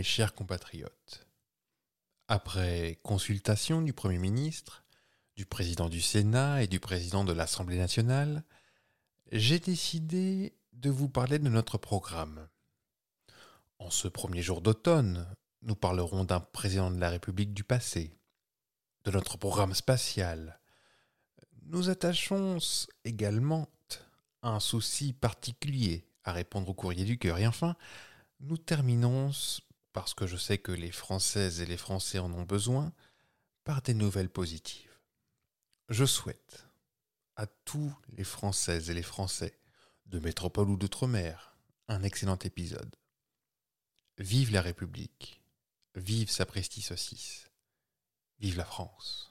chers compatriotes. Après consultation du Premier ministre, du Président du Sénat et du Président de l'Assemblée nationale, j'ai décidé de vous parler de notre programme. En ce premier jour d'automne, nous parlerons d'un président de la République du passé, de notre programme spatial. Nous attachons également un souci particulier à répondre au courrier du cœur. Et enfin, nous terminons, parce que je sais que les Françaises et les Français en ont besoin, par des nouvelles positives. Je souhaite à tous les Françaises et les Français, de métropole ou d'outre-mer, un excellent épisode. Vive la République, vive Sapristi Saucisse, vive la France.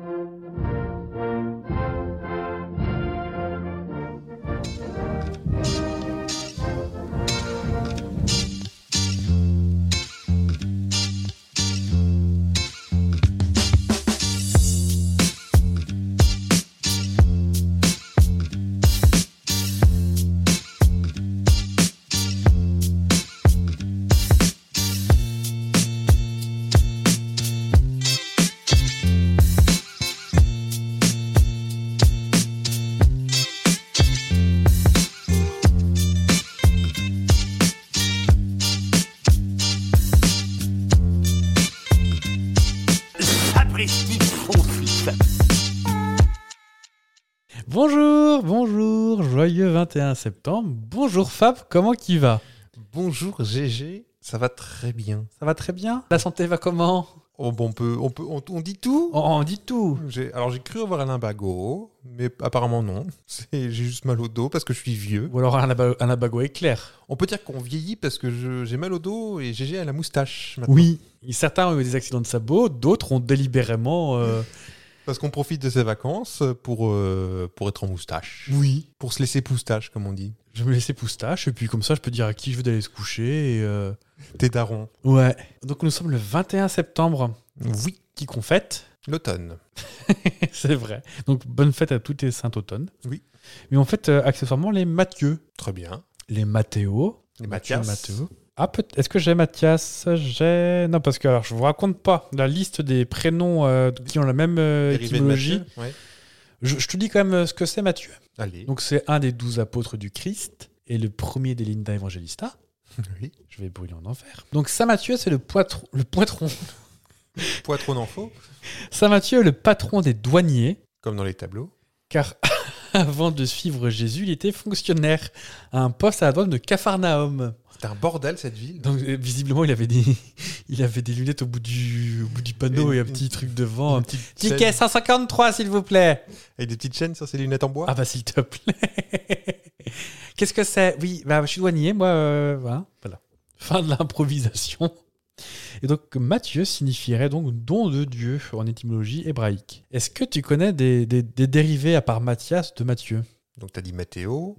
Bonjour, joyeux 21 septembre. Bonjour Fab, comment tu vas? Bonjour GG, ça va très bien. Ça va très bien? La santé va comment? Oh, bon, on dit tout. On dit tout. J'ai cru avoir un lumbago, mais apparemment non. J'ai juste mal au dos parce que je suis vieux. Ou alors un abago éclair. On peut dire qu'on vieillit parce que j'ai mal au dos et GG a la moustache maintenant. Oui, certains ont eu des accidents de sabot, d'autres ont délibérément... Parce qu'on profite de ses vacances pour être en moustache. Oui. Pour se laisser poustache, comme on dit. Je vais me laisser poustache et puis comme ça je peux dire à qui je veux d'aller se coucher. Et T'es daron. Ouais. Donc nous sommes le 21 septembre. Oui. Qui qu'on fête? L'automne. C'est vrai. Donc bonne fête à tous les Saint-Automne. Oui. Mais on fête accessoirement les Mathieu. Très bien. Les Mathéo. Les Mathias. Mathéo. Ah, est-ce que j'ai Mathias? Non, parce que alors, je vous raconte pas la liste des prénoms qui ont la même étymologie. Ouais. Je te dis quand même ce que c'est Matthieu. Allez. Donc c'est un des 12 apôtres du Christ et le premier des Linda Evangelista. Oui. Je vais brûler en enfer. Donc Saint Matthieu, c'est le poitron. Poitron d'infos. Saint Matthieu, le patron des douaniers. Comme dans les tableaux. Car avant de suivre Jésus, il était fonctionnaire à un poste à la douane de Capharnaüm. C'était un bordel cette ville. Donc visiblement il avait des lunettes au bout du panneau et un petit truc devant, un petit ticket 153 s'il vous plaît. Avec des petites chaînes sur ses lunettes en bois. Ah bah s'il te plaît. Qu'est-ce que c'est? Oui, bah je suis douanier moi. Voilà. Fin de l'improvisation. Et donc Matthieu signifierait donc don de Dieu en étymologie hébraïque. Est-ce que tu connais des dérivés à part Mathias de Matthieu? Donc t'as dit Mathéo.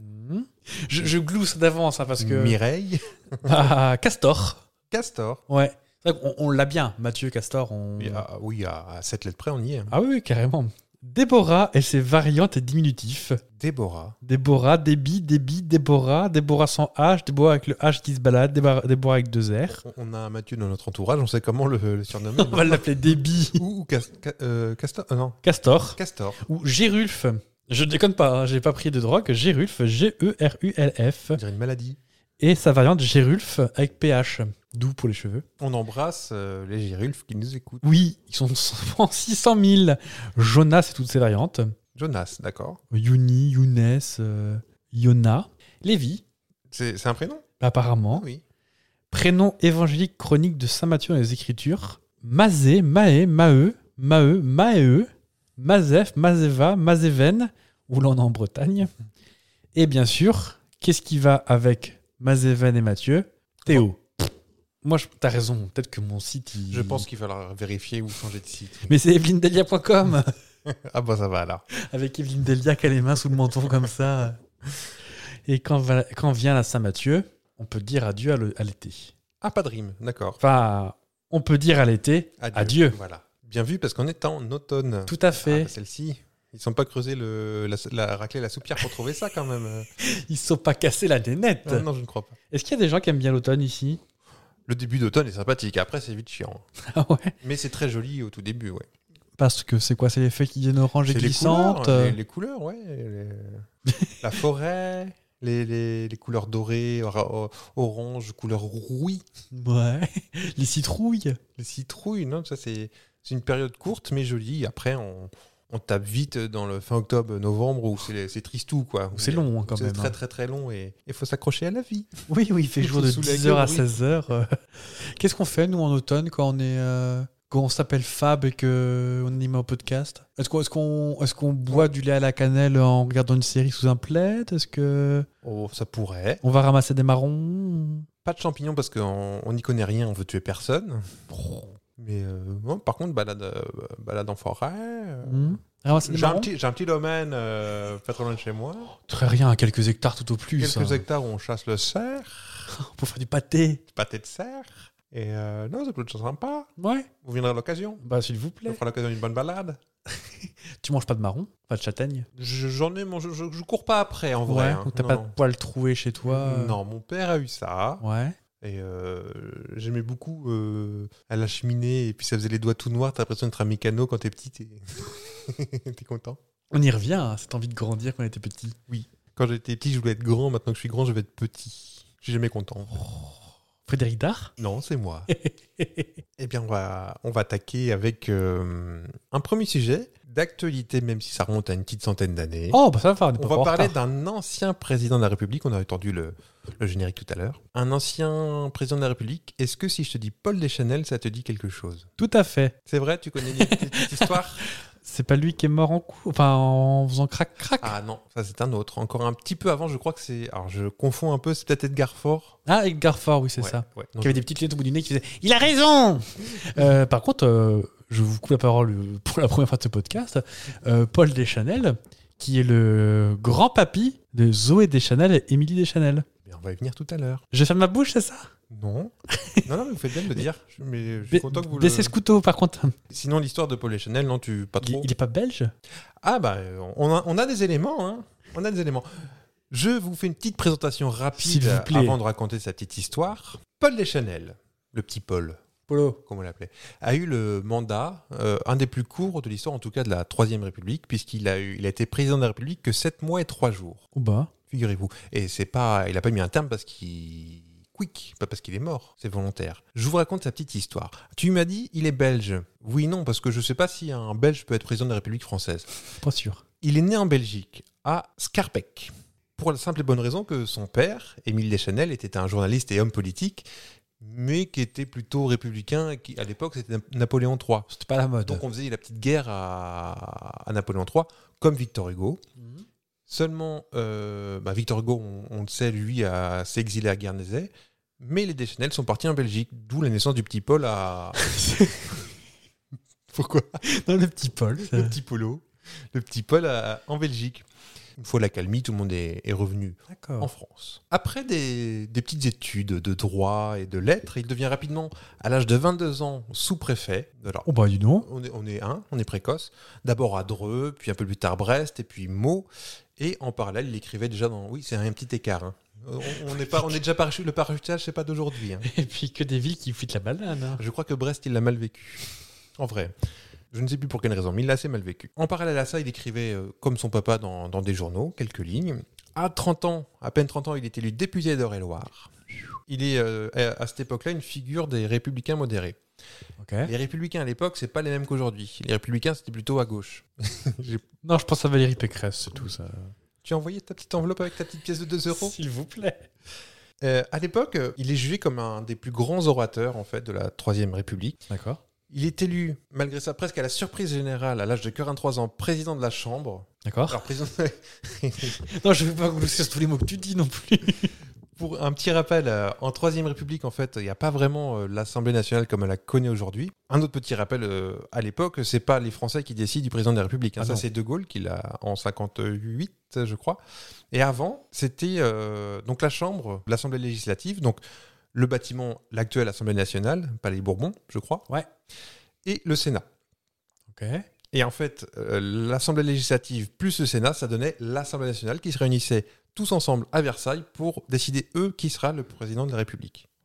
Je glousse d'avance parce que... Mireille. Ah, Castor. Castor. Ouais. C'est vrai qu'on l'a bien, Mathieu, Castor. Oui, à 7 lettres près, on y est. Ah oui, carrément. Déborah et ses variantes et diminutifs. Déborah, Déby, Déborah sans H, Déborah avec le H qui se balade, Déborah avec 2 R. On a un Mathieu dans notre entourage, on sait comment le surnommer. On va l'appeler Déby. Ou Castor. Non. Castor. Castor. Ou Gérulf. Je déconne pas, j'ai pas pris de drogue. Gérulf, Gerulf. On dirait une maladie. Et sa variante Gérulf avec PH, doux pour les cheveux. On embrasse les Gérulfs qui nous écoutent. Oui, ils sont 600 000. Jonas et toutes ses variantes. Jonas, d'accord. Yuni, Younes, Yona. Lévi. C'est un prénom? Apparemment. Ah, oui. Prénom évangélique chronique de Saint Matthieu dans les Écritures. Mazé, Maé, Maheu, Maéeux, Mazef, Mazeva, Mazéven, où l'on est en Bretagne. Et bien sûr, qu'est-ce qui va avec Mazéven et Matthieu? Théo. Moi, t'as raison. Peut-être que mon site... Je pense qu'il va falloir vérifier ou changer de site. Mais c'est evelyndelia.com. Ah bah ça va alors. Avec Evelyne Delia qui a les mains sous le menton comme ça. Et quand vient la Saint-Matthieu, on peut dire adieu à l'été. Ah, pas de rime, d'accord. Enfin, on peut dire à l'été adieu. Voilà. Bien vu, parce qu'on est en automne. Tout à fait. Ah, bah celle-ci, ils ne sont pas creusés la raclée, la soupière pour trouver ça quand même. Ils ne sont pas cassés la nénette. Non, je ne crois pas. Est-ce qu'il y a des gens qui aiment bien l'automne ici? Le début d'automne est sympathique. Après, c'est vite chiant. Ah ouais. Mais c'est très joli au tout début, ouais. Parce que c'est quoi? C'est les feuilles qui deviennent orange et C'est glissantes. les couleurs, ouais. La forêt, les couleurs dorées, orange, couleur rouille. Ouais. Les citrouilles. Les citrouilles, non, ça c'est une période courte mais jolie. Après, on tape vite dans le fin octobre-novembre où c'est tristou, quoi. C'est long, hein, quand même. C'est très très très long et il faut s'accrocher à la vie. Oui, il fait jour de Sous la 10h à gueule, oui. 16h. Qu'est-ce qu'on fait, nous, en automne, quand on est... Quand on s'appelle Fab et qu'on anime un podcast? Est-ce qu'on boit du lait à la cannelle en regardant une série sous un plaid? Est-ce que Oh, ça pourrait. on va ramasser des marrons? Pas de champignons parce qu'on n'y connaît rien, on veut tuer personne. Mais bon, par contre, balade en forêt. Ramasser des J'ai un marrons? petit domaine pas trop loin de chez moi. Très rien, quelques hectares tout au plus. Quelques hein. hectares où on chasse le cerf, Pour faire du pâté. pâté de cerf. Et non, ça peut être sympa. Ouais. Vous viendrez à l'occasion. Bah, s'il vous Ça plaît. fera l'occasion d'une bonne balade. Tu manges pas de marron? Pas de châtaigne? J'en ai mangé, je cours pas après en vrai. hein. Ou t'as Non, pas non. de poils troués chez toi? Non, mon père a eu ça. Ouais. Et j'aimais beaucoup à la cheminée. Et puis ça faisait les doigts tout noirs. T'as l'impression d'être un mécano quand t'es petit. T'es content. On y revient, hein, cette envie de grandir quand on était petit. Quand j'étais petit, je voulais être grand. Maintenant que je suis grand, je vais être petit. Je suis jamais content. Frédéric Dard? Non, c'est moi. Eh bien, on va attaquer avec un premier sujet d'actualité, même si ça remonte à une petite centaine d'années. Oh, bah ça va, on est pas On va en parler retard. d'un ancien président de la République. On a entendu le générique tout à l'heure. Un ancien président de la République. Est-ce que si je te dis Paul Deschanel, ça te dit quelque chose? Tout à fait. C'est vrai, tu connais une petite histoire? C'est pas lui qui est mort en faisant crac-crac? Ah non, ça c'est un autre. Encore un petit peu avant, je crois que c'est... Alors je confonds un peu, c'est peut-être Edgar Faure. Ah, Edgar Faure, oui, c'est Ouais, ça. ouais. Qui avait des petites lunettes au bout du nez qui faisaient « Il a raison !» Par contre, je vous coupe la parole pour la première fois de ce podcast. Paul Deschanel, qui est le grand-papy de Zoé Deschanel et Émilie Deschanel. Bien, on va y venir tout à l'heure. Je ferme ma bouche, c'est ça? Non. non, mais vous faites bien de le dire. Mais je suis content que vous Baissez ce couteau, par contre. Sinon, l'histoire de Paul Deschanel, non, pas trop. Il est pas belge? Ah bah, on a des éléments, hein. On a des éléments. Je vous fais une petite présentation S'il rapide vous plaît. avant de raconter sa petite histoire. Paul Deschanel, le petit Paul, Polo. comme on l'appelait, a eu le mandat, un des plus courts de l'histoire, en tout cas de la Troisième République, puisqu'il a été président de la République que 7 mois et 3 jours, Oh bah. figurez-vous. Et il n'a pas mis un terme parce qu'il... Quick, pas parce qu'il est mort, c'est volontaire. Je vous raconte sa petite histoire. Tu m'as dit, il est belge. Oui, non, parce que je ne sais pas si un Belge peut être président de la République française. Pas sûr. Il est né en Belgique, à Scarbeck. Pour la simple et bonne raison que son père, Émile Deschanel, était un journaliste et homme politique, mais qui était plutôt républicain, et qui, à l'époque, c'était Napoléon III. C'était pas la mode. Donc on faisait la petite guerre à Napoléon III, comme Victor Hugo. Seulement, Victor Hugo, on le sait, lui, s'est exilé à Guernesey, mais les Deschanel sont partis en Belgique, d'où la naissance du petit Paul à... Pourquoi? Non, le petit Paul. Le petit Polo. Le petit Paul en Belgique. Une fois l'accalmie, tout le monde est revenu en D'accord. France. Après des petites études de droit et de lettres, il devient rapidement, à l'âge de 22 ans, sous-préfet. Alors, Oh bah, dis donc. on est précoce. D'abord à Dreux, puis un peu plus tard Brest, et puis Meaux. Et en parallèle, il écrivait déjà dans... Oui, c'est un petit écart. Hein. On est déjà le parachutage, c'est pas d'aujourd'hui. Hein. Et puis que des villes qui foutent la banane. hein. Je crois que Brest, il l'a mal vécu. En vrai. Je ne sais plus pour quelle raison, mais il l'a assez mal vécu. En parallèle à ça, il écrivait, comme son papa, dans des journaux, quelques lignes. À 30 ans, à peine 30 ans, il est élu député d'Eure-et-Loire. Il est, à cette époque-là, une figure des républicains modérés. Ok. Les républicains, à l'époque, c'est pas les mêmes qu'aujourd'hui. Les républicains, c'était plutôt à gauche. Non, je pense à Valérie Pécresse, c'est tout ça. Tu as envoyé ta petite enveloppe avec ta petite pièce de 2 euros? S'il vous plaît. À l'époque, il est jugé comme un des plus grands orateurs, en fait, de la Troisième République. D'accord. Il est élu, malgré ça, presque à la surprise générale, à l'âge de 43 ans, président de la Chambre. D'accord. Alors, président... Non, je ne veux pas glousser sur tous les mots que tu dis non plus. Pour un petit rappel, en Troisième République, en fait, il n'y a pas vraiment l'Assemblée nationale comme elle la connaît aujourd'hui. Un autre petit rappel, à l'époque, c'est pas les Français qui décident du président de la République. Hein. Ah Ça, non. c'est De Gaulle qui l'a en 58, je crois. Et avant, c'était donc la Chambre, l'Assemblée législative, donc le bâtiment, l'actuelle Assemblée nationale, Palais Bourbon, je crois. Ouais. Et le Sénat. Ok. Et en fait, l'Assemblée législative plus le Sénat, ça donnait l'Assemblée nationale qui se réunissait tous ensemble à Versailles pour décider, eux, qui sera le président de la République.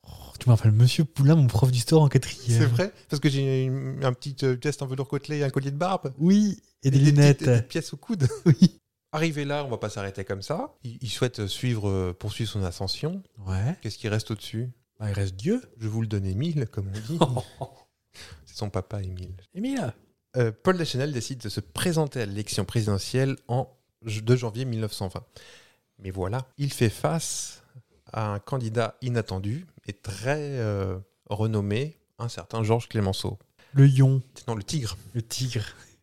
Je me rappelle Monsieur Poulain, mon prof d'histoire en 4e. C'est vrai? Parce que j'ai un petit test en velours côtelé et un collier de barbe. Oui, et des lunettes. Des pièces au coude. Oui. Arrivé là, on va pas s'arrêter comme ça. Il souhaite poursuivre son ascension. Ouais. Qu'est-ce qui reste au-dessus? Bah, il reste Dieu. Je vous le donne Émile, comme on dit. C'est son papa, Émile. Émile. Paul Deschanel décide de se présenter à l'élection présidentielle en 2 janvier 1920. Mais voilà, il fait face à un candidat inattendu et très renommé, un certain Georges Clemenceau. Le lion. Non, le tigre. Le tigre.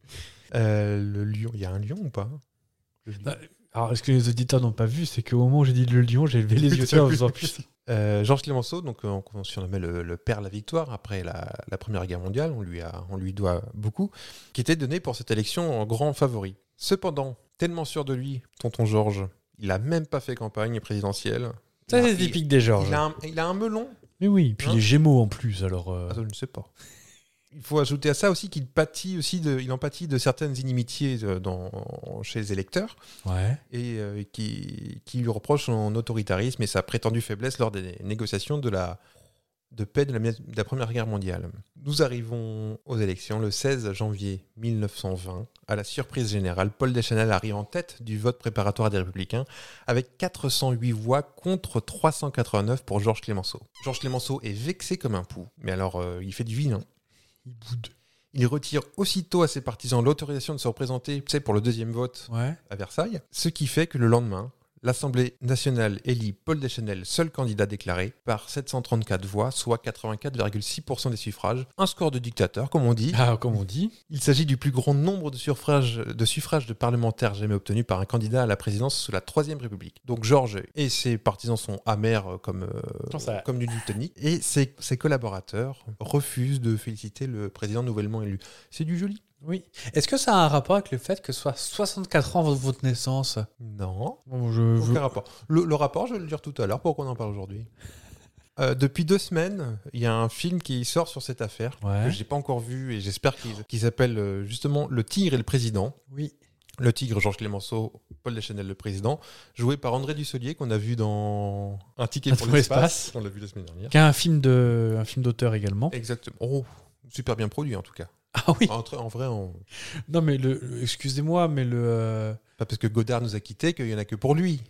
Le lion. Il y a un lion ou pas? Le lion. Alors, ce que les auditeurs n'ont pas vu, c'est qu'au moment où j'ai dit le lion, j'ai levé les yeux en faisant putain. Georges Clemenceau, donc on surnommait le père de la victoire après la Première Guerre mondiale, on lui doit beaucoup, qui était donné pour cette élection en grand favori. Cependant, tellement sûr de lui, tonton Georges, il n'a même pas fait campagne présidentielle. Ça, c'est typique des Georges. Il a un melon. Mais oui, puis Hein? les Gémeaux en plus, alors... Ah, je ne sais pas. Il faut ajouter à ça aussi qu'il pâtit aussi il en pâtit de certaines inimitiés chez les électeurs Ouais. et qui lui reprochent son autoritarisme et sa prétendue faiblesse lors des négociations de paix de la Première Guerre mondiale. Nous arrivons aux élections le 16 janvier 1920. À la surprise générale, Paul Deschanel arrive en tête du vote préparatoire des Républicains avec 408 voix contre 389 pour Georges Clemenceau. Georges Clemenceau est vexé comme un pou, mais alors il fait du vilain. Il boude. Il retire aussitôt à ses partisans l'autorisation de se représenter pour le deuxième vote Ouais. à Versailles, ce qui fait que le lendemain, l'Assemblée nationale élit Paul Deschanel seul candidat déclaré par 734 voix, soit 84,6% des suffrages. Un score de dictateur, comme on dit. Ah, comme on dit. Il s'agit du plus grand nombre de suffrages de parlementaires jamais obtenus par un candidat à la présidence sous la Troisième République. Donc Georges et ses partisans sont amers comme du Newtonique. Et ses collaborateurs refusent de féliciter le président nouvellement élu. C'est du joli. Oui. Est-ce que ça a un rapport avec le fait que ce soit 64 ans votre naissance? Non. Bon, Aucun rapport. Le rapport, je vais le dire tout à l'heure. Pourquoi on en parle aujourd'hui? Depuis 2 semaines, il y a un film qui sort sur cette affaire Ouais. que j'ai pas encore vu et j'espère qu'il s'appelle justement Le Tigre et le Président. Oui. Le Tigre, Georges Clemenceau, Paul Deschanel, le Président, joué par André Dussolier qu'on a vu dans Un ticket pour l'espace. On l'a vu la semaine dernière. Qui a un film d'auteur également. Exactement. Oh, super bien produit en tout cas. Ah oui. En vrai, Non mais excusez-moi, mais pas parce que Godard nous a quittés qu'il y en a que pour lui.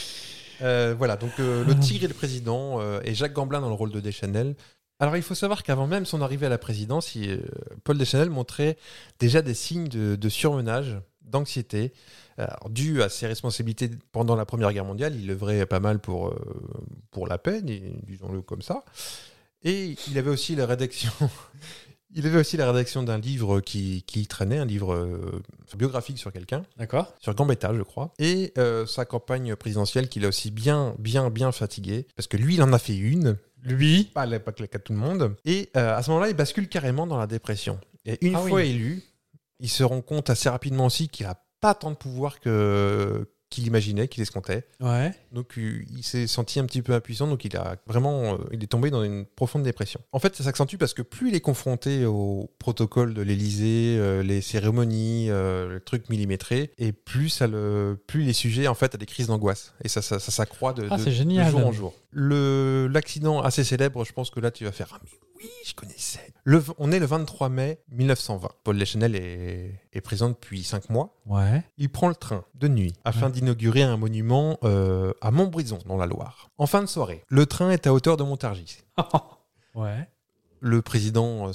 Voilà, donc Le Tigre et le Président et Jacques Gamblin dans le rôle de Deschanel. Alors il faut savoir qu'avant même son arrivée à la présidence, Paul Deschanel montrait déjà des signes de surmenage, d'anxiété, dû à ses responsabilités pendant la Première Guerre mondiale. Il œuvrait pas mal pour la paix, disons-le comme ça. Et il avait aussi la rédaction... Il avait aussi la rédaction d'un livre qui traînait, un livre biographique sur quelqu'un, D'accord. sur Gambetta, je crois, et sa campagne présidentielle qu'il a aussi bien fatigué, parce que lui, il en a fait une, Lui. pas le cas de tout le monde, et à ce moment-là, il bascule carrément dans la dépression. Et une fois élu, il se rend compte assez rapidement aussi qu'il n'a pas tant de pouvoir qu'il imaginait, qu'il escomptait. Ouais. Donc il s'est senti un petit peu impuissant, donc il est tombé dans une profonde dépression. En fait, ça s'accentue parce que plus il est confronté au protocole de l'Élysée, les cérémonies, le truc millimétré, et plus il est sujet en fait à des crises d'angoisse. Et ça s'accroît de jour en jour. L'accident assez célèbre, je pense que là tu vas faire mais oui, je connaissais. On est le 23 mai 1920. Paul Deschanel est présent depuis 5 mois. Ouais. Il prend le train de nuit afin d'inaugurer un monument à Montbrison, dans la Loire. En fin de soirée, le train est à hauteur de Montargis. Ouais. Le président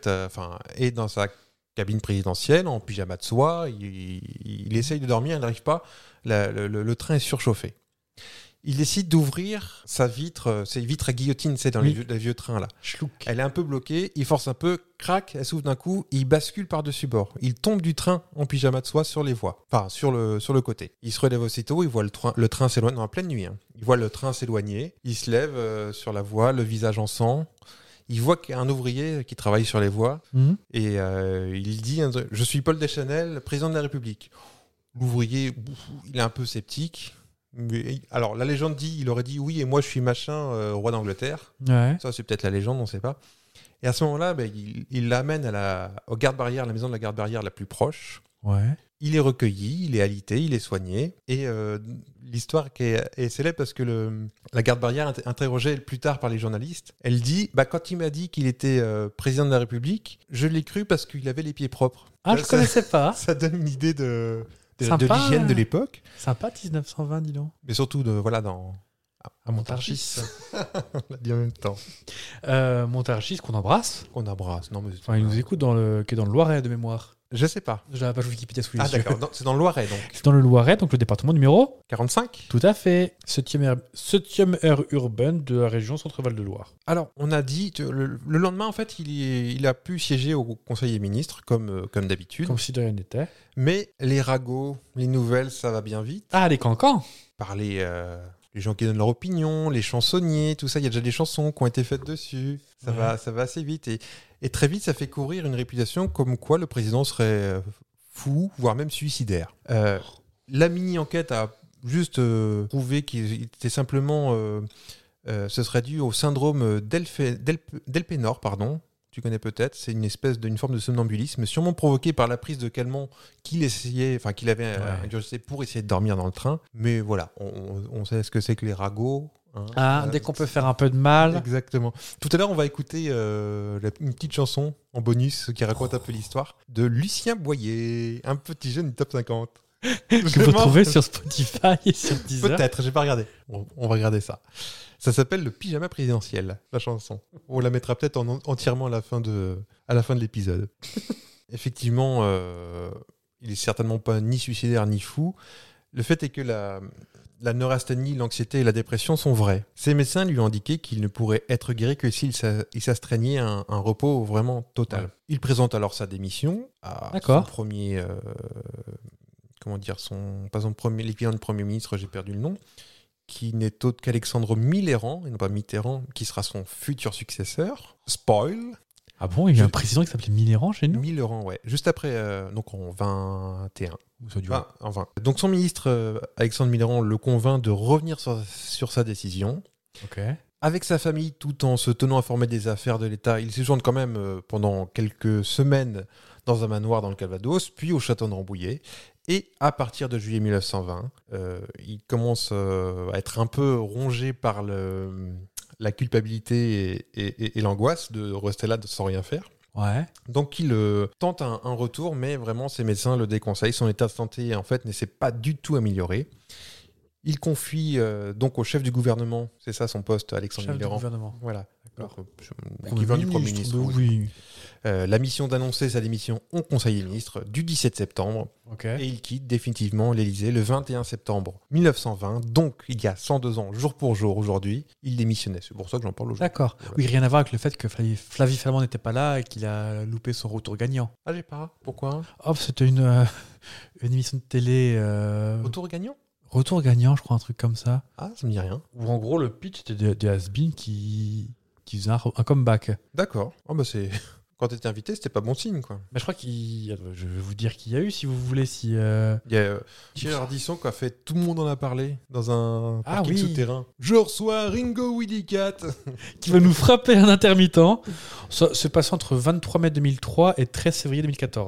est dans sa cabine présidentielle, en pyjama de soie. Il essaye de dormir, il n'arrive pas. Le train est surchauffé. Il décide d'ouvrir ses vitres à guillotine, c'est dans les vieux trains là. Schlouk. Elle est un peu bloquée, il force un peu, crac, elle s'ouvre d'un coup, il bascule par-dessus bord. Il tombe du train en pyjama de soie sur les voies, enfin sur le côté. Il se relève aussitôt, il voit le train s'éloigner, en pleine nuit. Il voit le train s'éloigner, il se lève sur la voie, le visage en sang. Il voit qu'il y a un ouvrier qui travaille sur les voies et il dit « Je suis Paul Deschanel, président de la République ». L'ouvrier, il est un peu sceptique. Mais, alors, la légende dit, il aurait dit oui, et moi je suis machin, roi d'Angleterre. Ouais. Ça, c'est peut-être la légende, on ne sait pas. Et à ce moment-là, il l'amène au garde-barrière, la maison de la garde-barrière la plus proche. Ouais. il est recueilli, il est alité, il est soigné. Et l'histoire qui est célèbre parce que la garde barrière interrogée plus tard par les journalistes, elle dit quand il m'a dit qu'il était président de la République, je l'ai cru parce qu'il avait les pieds propres. Ah, je connaissais pas. Ça donne une idée de Sympa, l'hygiène de l'époque. Sympa 1920, dis donc. Mais surtout à Montargis. On l'a dit en même temps. Montargis qu'on embrasse. Qu'on embrasse. Non, mais Enfin, il nous écoute qui est dans le Loiret de mémoire. Je sais pas. Je la page Wikipédia sous les Ah yeux. d'accord, non, c'est dans le Loiret donc. C'est dans le Loiret, donc le département numéro 45. Tout à fait. 7e aire urbaine de la région Centre-Val de Loire. Alors, on a dit, le lendemain, en fait, il a pu siéger au Conseil des ministres, comme d'habitude. Comme si de rien n'était. Mais les ragots, les nouvelles, ça va bien vite. Ah, les cancans. Par les gens qui donnent leur opinion, les chansonniers, tout ça, il y a déjà des chansons qui ont été faites dessus. Ça va assez vite. Et très vite, ça fait courir une réputation comme quoi le président serait fou, voire même suicidaire. La mini-enquête a juste prouvé qu'il était simplement... ce serait dû au syndrome d'Elpenor, pardon. Tu connais peut-être, c'est une forme de somnambulisme, sûrement provoqué par la prise de calmant qu'il avait ingurgité pour essayer de dormir dans le train. Mais voilà, on sait ce que c'est que les ragots. Hein. Dès qu'on peut faire un peu de mal. Exactement. Tout à l'heure, on va écouter une petite chanson en bonus qui raconte un peu l'histoire de Lucien Boyer, un petit jeune du top 50. Que vous trouvez sur Spotify et sur Deezer. Peut-être, j'ai pas regardé. On va regarder ça. Ça s'appelle le pyjama présidentiel, la chanson. On la mettra peut-être entièrement à la fin de l'épisode. Effectivement, il est certainement pas ni suicidaire ni fou. Le fait est que la neurasthénie, l'anxiété et la dépression sont vraies. Ses médecins lui ont indiqué qu'il ne pourrait être guéri que s'il s'astreignait à un repos vraiment total. Ouais. Il présente alors sa démission à son premier... l'équivalent de Premier ministre, j'ai perdu le nom, qui n'est autre qu'Alexandre Mitterrand, et non pas Mitterrand, qui sera son futur successeur. Spoil. Ah bon, il y a un président qui s'appelait Mitterrand chez nous ? Mitterrand, ouais. Juste après, donc en 21. En 20. Donc son ministre, Alexandre Mitterrand, le convainc de revenir sur sa décision. Ok. Avec sa famille, tout en se tenant informé des affaires de l'État, il séjourne quand même pendant quelques semaines dans un manoir dans le Calvados, puis au château de Rambouillet. Et à partir de juillet 1920, il commence à être un peu rongé par la culpabilité et l'angoisse de rester là sans rien faire. Ouais. Donc il tente un retour, mais vraiment ses médecins le déconseillent. Son état de santé en fait ne s'est pas du tout amélioré. Il confie donc au chef du gouvernement, c'est ça son poste, Alexandre Mitterrand. Chef du gouvernement. Voilà. L'équivalent du Premier ministre. Oui. La mission d'annoncer sa démission au Conseil des ministres du 17 septembre. Okay. Et il quitte définitivement l'Élysée le 21 septembre 1920. Donc, il y a 102 ans, jour pour jour, aujourd'hui, il démissionnait. C'est pour ça que j'en parle aujourd'hui. D'accord. Voilà. Oui, rien à voir avec le fait que Flavie Flamand n'était pas là et qu'il a loupé son retour gagnant. Ah, j'ai pas. Pourquoi ? C'était une émission de télé... Retour gagnant ? Retour gagnant, je crois, un truc comme ça. Ah, ça me dit rien. Où en gros, le pitch, c'était des has-beens qui faisaient un comeback. D'accord. Oh, bah c'est... Quand tu étais invité, c'était pas bon signe, quoi. Mais je crois je vais vous dire qu'il y a eu, si vous voulez. Il y a Thierry Ardisson qui a fait Tout le monde en a parlé dans un parking souterrain. Je reçois Ringo Willycat qui va nous frapper un intermittent. Ça s'est passé entre 23 mai 2003 et 13 février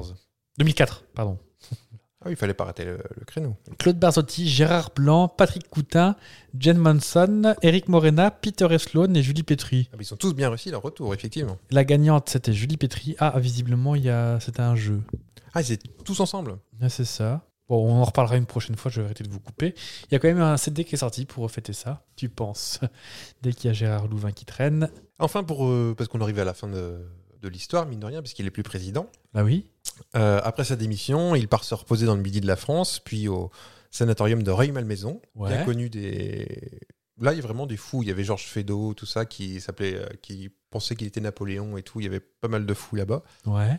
2004, pardon. Ah oui, il fallait pas rater le créneau. Claude Barzotti, Gérard Blanc, Patrick Coutin, Jen Manson, Eric Morena, Peter Esloan et Julie Petry. Ils ont tous bien réussi leur retour, effectivement. La gagnante, c'était Julie Petry. Ah, visiblement, c'était un jeu. Ah, ils étaient tous ensemble. Ah, c'est ça. Bon, on en reparlera une prochaine fois, je vais arrêter de vous couper. Il y a quand même un CD qui est sorti pour fêter ça, tu penses. Dès qu'il y a Gérard Louvain qui traîne. Enfin, parce qu'on arrive à la fin de l'histoire, mine de rien, puisqu'il est plus président. Bah oui. Après sa démission, il part se reposer dans le midi de la France, puis au sanatorium de Rueil-Malmaison, bien connu des... Là, il y a vraiment des fous. Il y avait Georges Feydeau, tout ça, qui pensait qu'il était Napoléon et tout. Il y avait pas mal de fous là-bas. Ouais.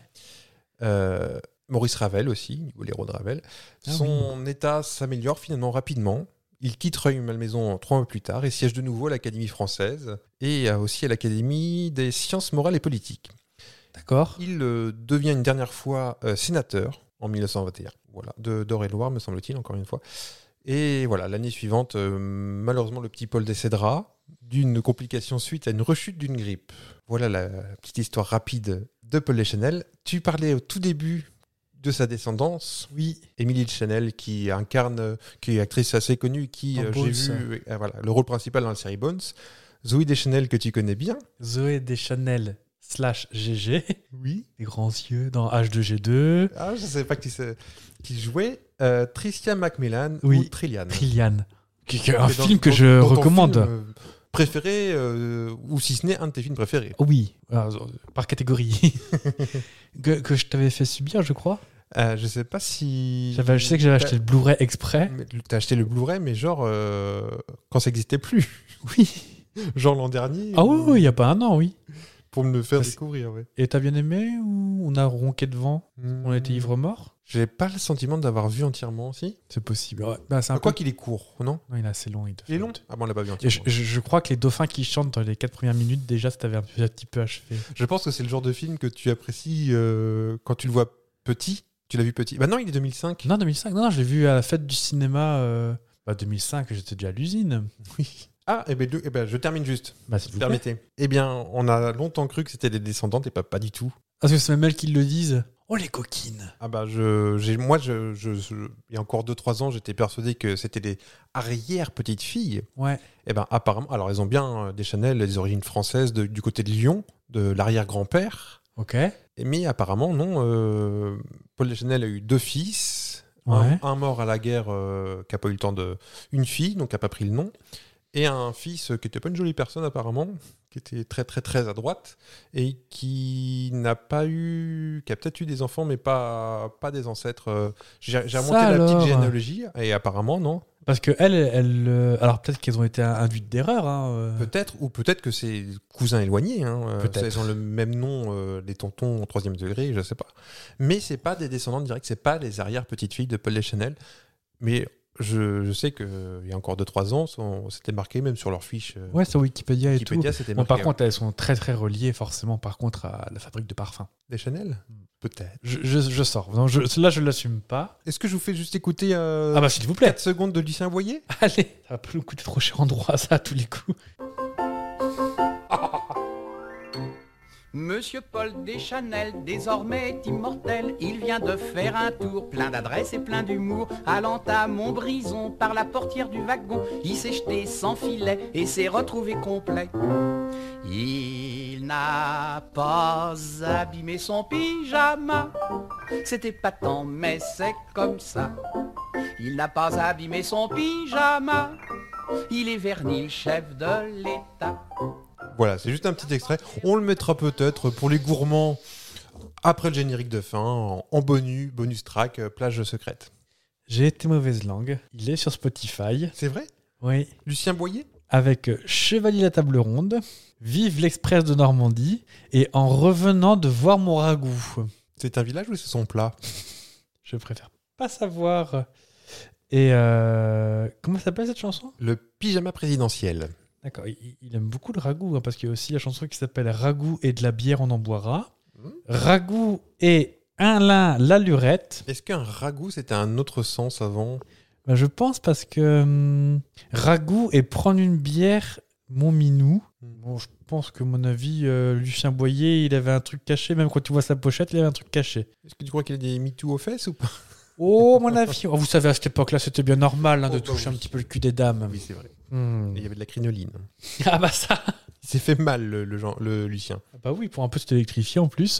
Maurice Ravel aussi, ou l'héros de Ravel. Son état s'améliore finalement rapidement. Il quitte Rueil-Malmaison 3 mois plus tard et siège de nouveau à l'Académie française et aussi à l'Académie des sciences morales et politiques. D'accord. Il devient une dernière fois sénateur en 1921. Voilà, d'Eure-et-Loir, me semble-t-il, encore une fois. Et voilà, l'année suivante, malheureusement, le petit Paul décédera d'une complication suite à une rechute d'une grippe. Voilà la petite histoire rapide de Paul Deschanel. Tu parlais au tout début de sa descendance, Oui. Émilie de Chanel, qui incarne, qui est une actrice assez connue, qui, Dans j'ai Bones. vu voilà, le rôle principal dans la série Bones. Zoé Deschanel, que tu connais bien. Zoé Deschanel / GG. Oui. Les grands yeux dans H2G2. Ah, je ne savais pas qui jouait. Tricia Macmillan Oui. ou Trillian. Trillian. Qui est un Dans- film que dans- je dans ton recommande. film, préféré, ou si ce n'est un de tes films préférés. Oui, par catégorie. que je t'avais fait subir, je crois. Je sais pas si... Je sais que j'avais acheté le Blu-ray exprès. T'as acheté le Blu-ray, mais genre quand ça n'existait plus. Oui. Genre l'an dernier. Ah oui, il n'y a pas un an, oui. Pour me le faire Parce- découvrir, ouais. Et t'as bien aimé ou on a ronqué devant? On a été ivre-mort? J'ai pas le sentiment d'avoir vu entièrement, si. C'est possible. Ouais. Bah, c'est un Quoi peu... qu'il est court, non? Non, il est assez long. Il est long? Ah bon, on l'a pas vu Et entièrement. je crois que les dauphins qui chantent dans les 4 premières minutes, déjà, ça t'avait un petit peu achevé. Je pense que c'est le genre de film que tu apprécies quand tu le vois petit. Tu l'as vu petit? Bah non, il est 2005. Non, 2005. Non, je l'ai vu à la fête du cinéma. 2005, j'étais déjà à l'usine. Oui. Ah, et ben je termine juste. Bah, s'il vous plaît. Permettez. Eh bien, on a longtemps cru que c'était des descendantes et pas du tout. Parce que c'est même elles qui le disent. Oh, les coquines. Ah bah, il y a encore 2-3 ans, j'étais persuadé que c'était des arrière-petites-filles. Ouais. Eh ben, apparemment, alors elles ont bien des Chanel, des origines françaises du côté de Lyon, de l'arrière-grand-père. Ok. Mais apparemment, non. Paul Deschanel a eu 2 fils. Ouais. Un mort à la guerre qui n'a pas eu le temps de... Une fille, donc qui n'a pas pris le nom. Et un fils qui n'était pas une jolie personne apparemment, qui était très très très à droite, et qui n'a pas eu... qui a peut-être eu des enfants, mais pas des ancêtres. J'ai remonté la alors. petite généalogie, et apparemment, non. Parce que alors peut-être qu'elles ont été induites d'erreur. Hein. Peut-être, ou peut-être que c'est cousins éloignés. Peut-être. Ils ont le même nom, les tontons au 3e degré, je ne sais pas. Mais c'est pas des descendants directs, c'est pas les arrière-petites-filles de Paul Deschanel. Mais je sais qu'il y a encore 2-3 ans, c'était marqué même sur leur fiche. Ouais, sur Wikipédia et Wikipédia, tout. c'était Bon, marqué. par contre, elles sont très très reliées forcément par contre à la fabrique de parfums. Deschanel Peut-être. Je sors. Non, là, je l'assume pas. Est-ce que je vous fais juste écouter Ah bah s'il vous plaît. 4 secondes de Lucien Boyer? Allez, ça va pas nous coûter trop cher en droit ça à tous les coups. Monsieur Paul Deschanel, désormais immortel, il vient de faire un tour plein d'adresse et plein d'humour, allant à Montbrison par la portière du wagon. Il s'est jeté sans filet et s'est retrouvé complet. Il n'a pas abîmé son pyjama, c'était pas tant mais c'est comme ça. Il n'a pas abîmé son pyjama, il est verni le chef de l'État. Voilà, c'est juste un petit extrait. On le mettra peut-être pour les gourmands après le générique de fin, en bonus track, plage secrète. J'ai été mauvaise langue. Il est sur Spotify. C'est vrai? Oui. Lucien Boyer? Avec Chevalier la table ronde, Vive l'Express de Normandie et En revenant de voir mon ragoût. C'est un village ou c'est son plat? Je préfère pas savoir. Et comment s'appelle cette chanson? Le pyjama présidentiel. D'accord, il aime beaucoup le ragoût, hein, parce qu'il y a aussi la chanson qui s'appelle Ragoût et de la bière, on en boira. Ragoût et un lin, la lurette. Est-ce qu'un ragoût, c'était un autre sens avant? Ben, je pense parce que ragoût et prendre une bière, mon minou. Bon, je pense que, à mon avis, Lucien Boyer, il avait un truc caché. Même quand tu vois sa pochette, il avait un truc caché. Est-ce que tu crois qu'il a des MeToo aux fesses ou pas? Oh, mon avis. Oh, vous savez, à cette époque-là, c'était bien normal de Oh, bah toucher oui. un petit peu le cul des dames. Oui, c'est vrai. Hmm. Et il y avait de la crinoline. Ah bah ça. Il s'est fait mal, le Lucien. Bah oui, pour un peu s'électrifier en plus.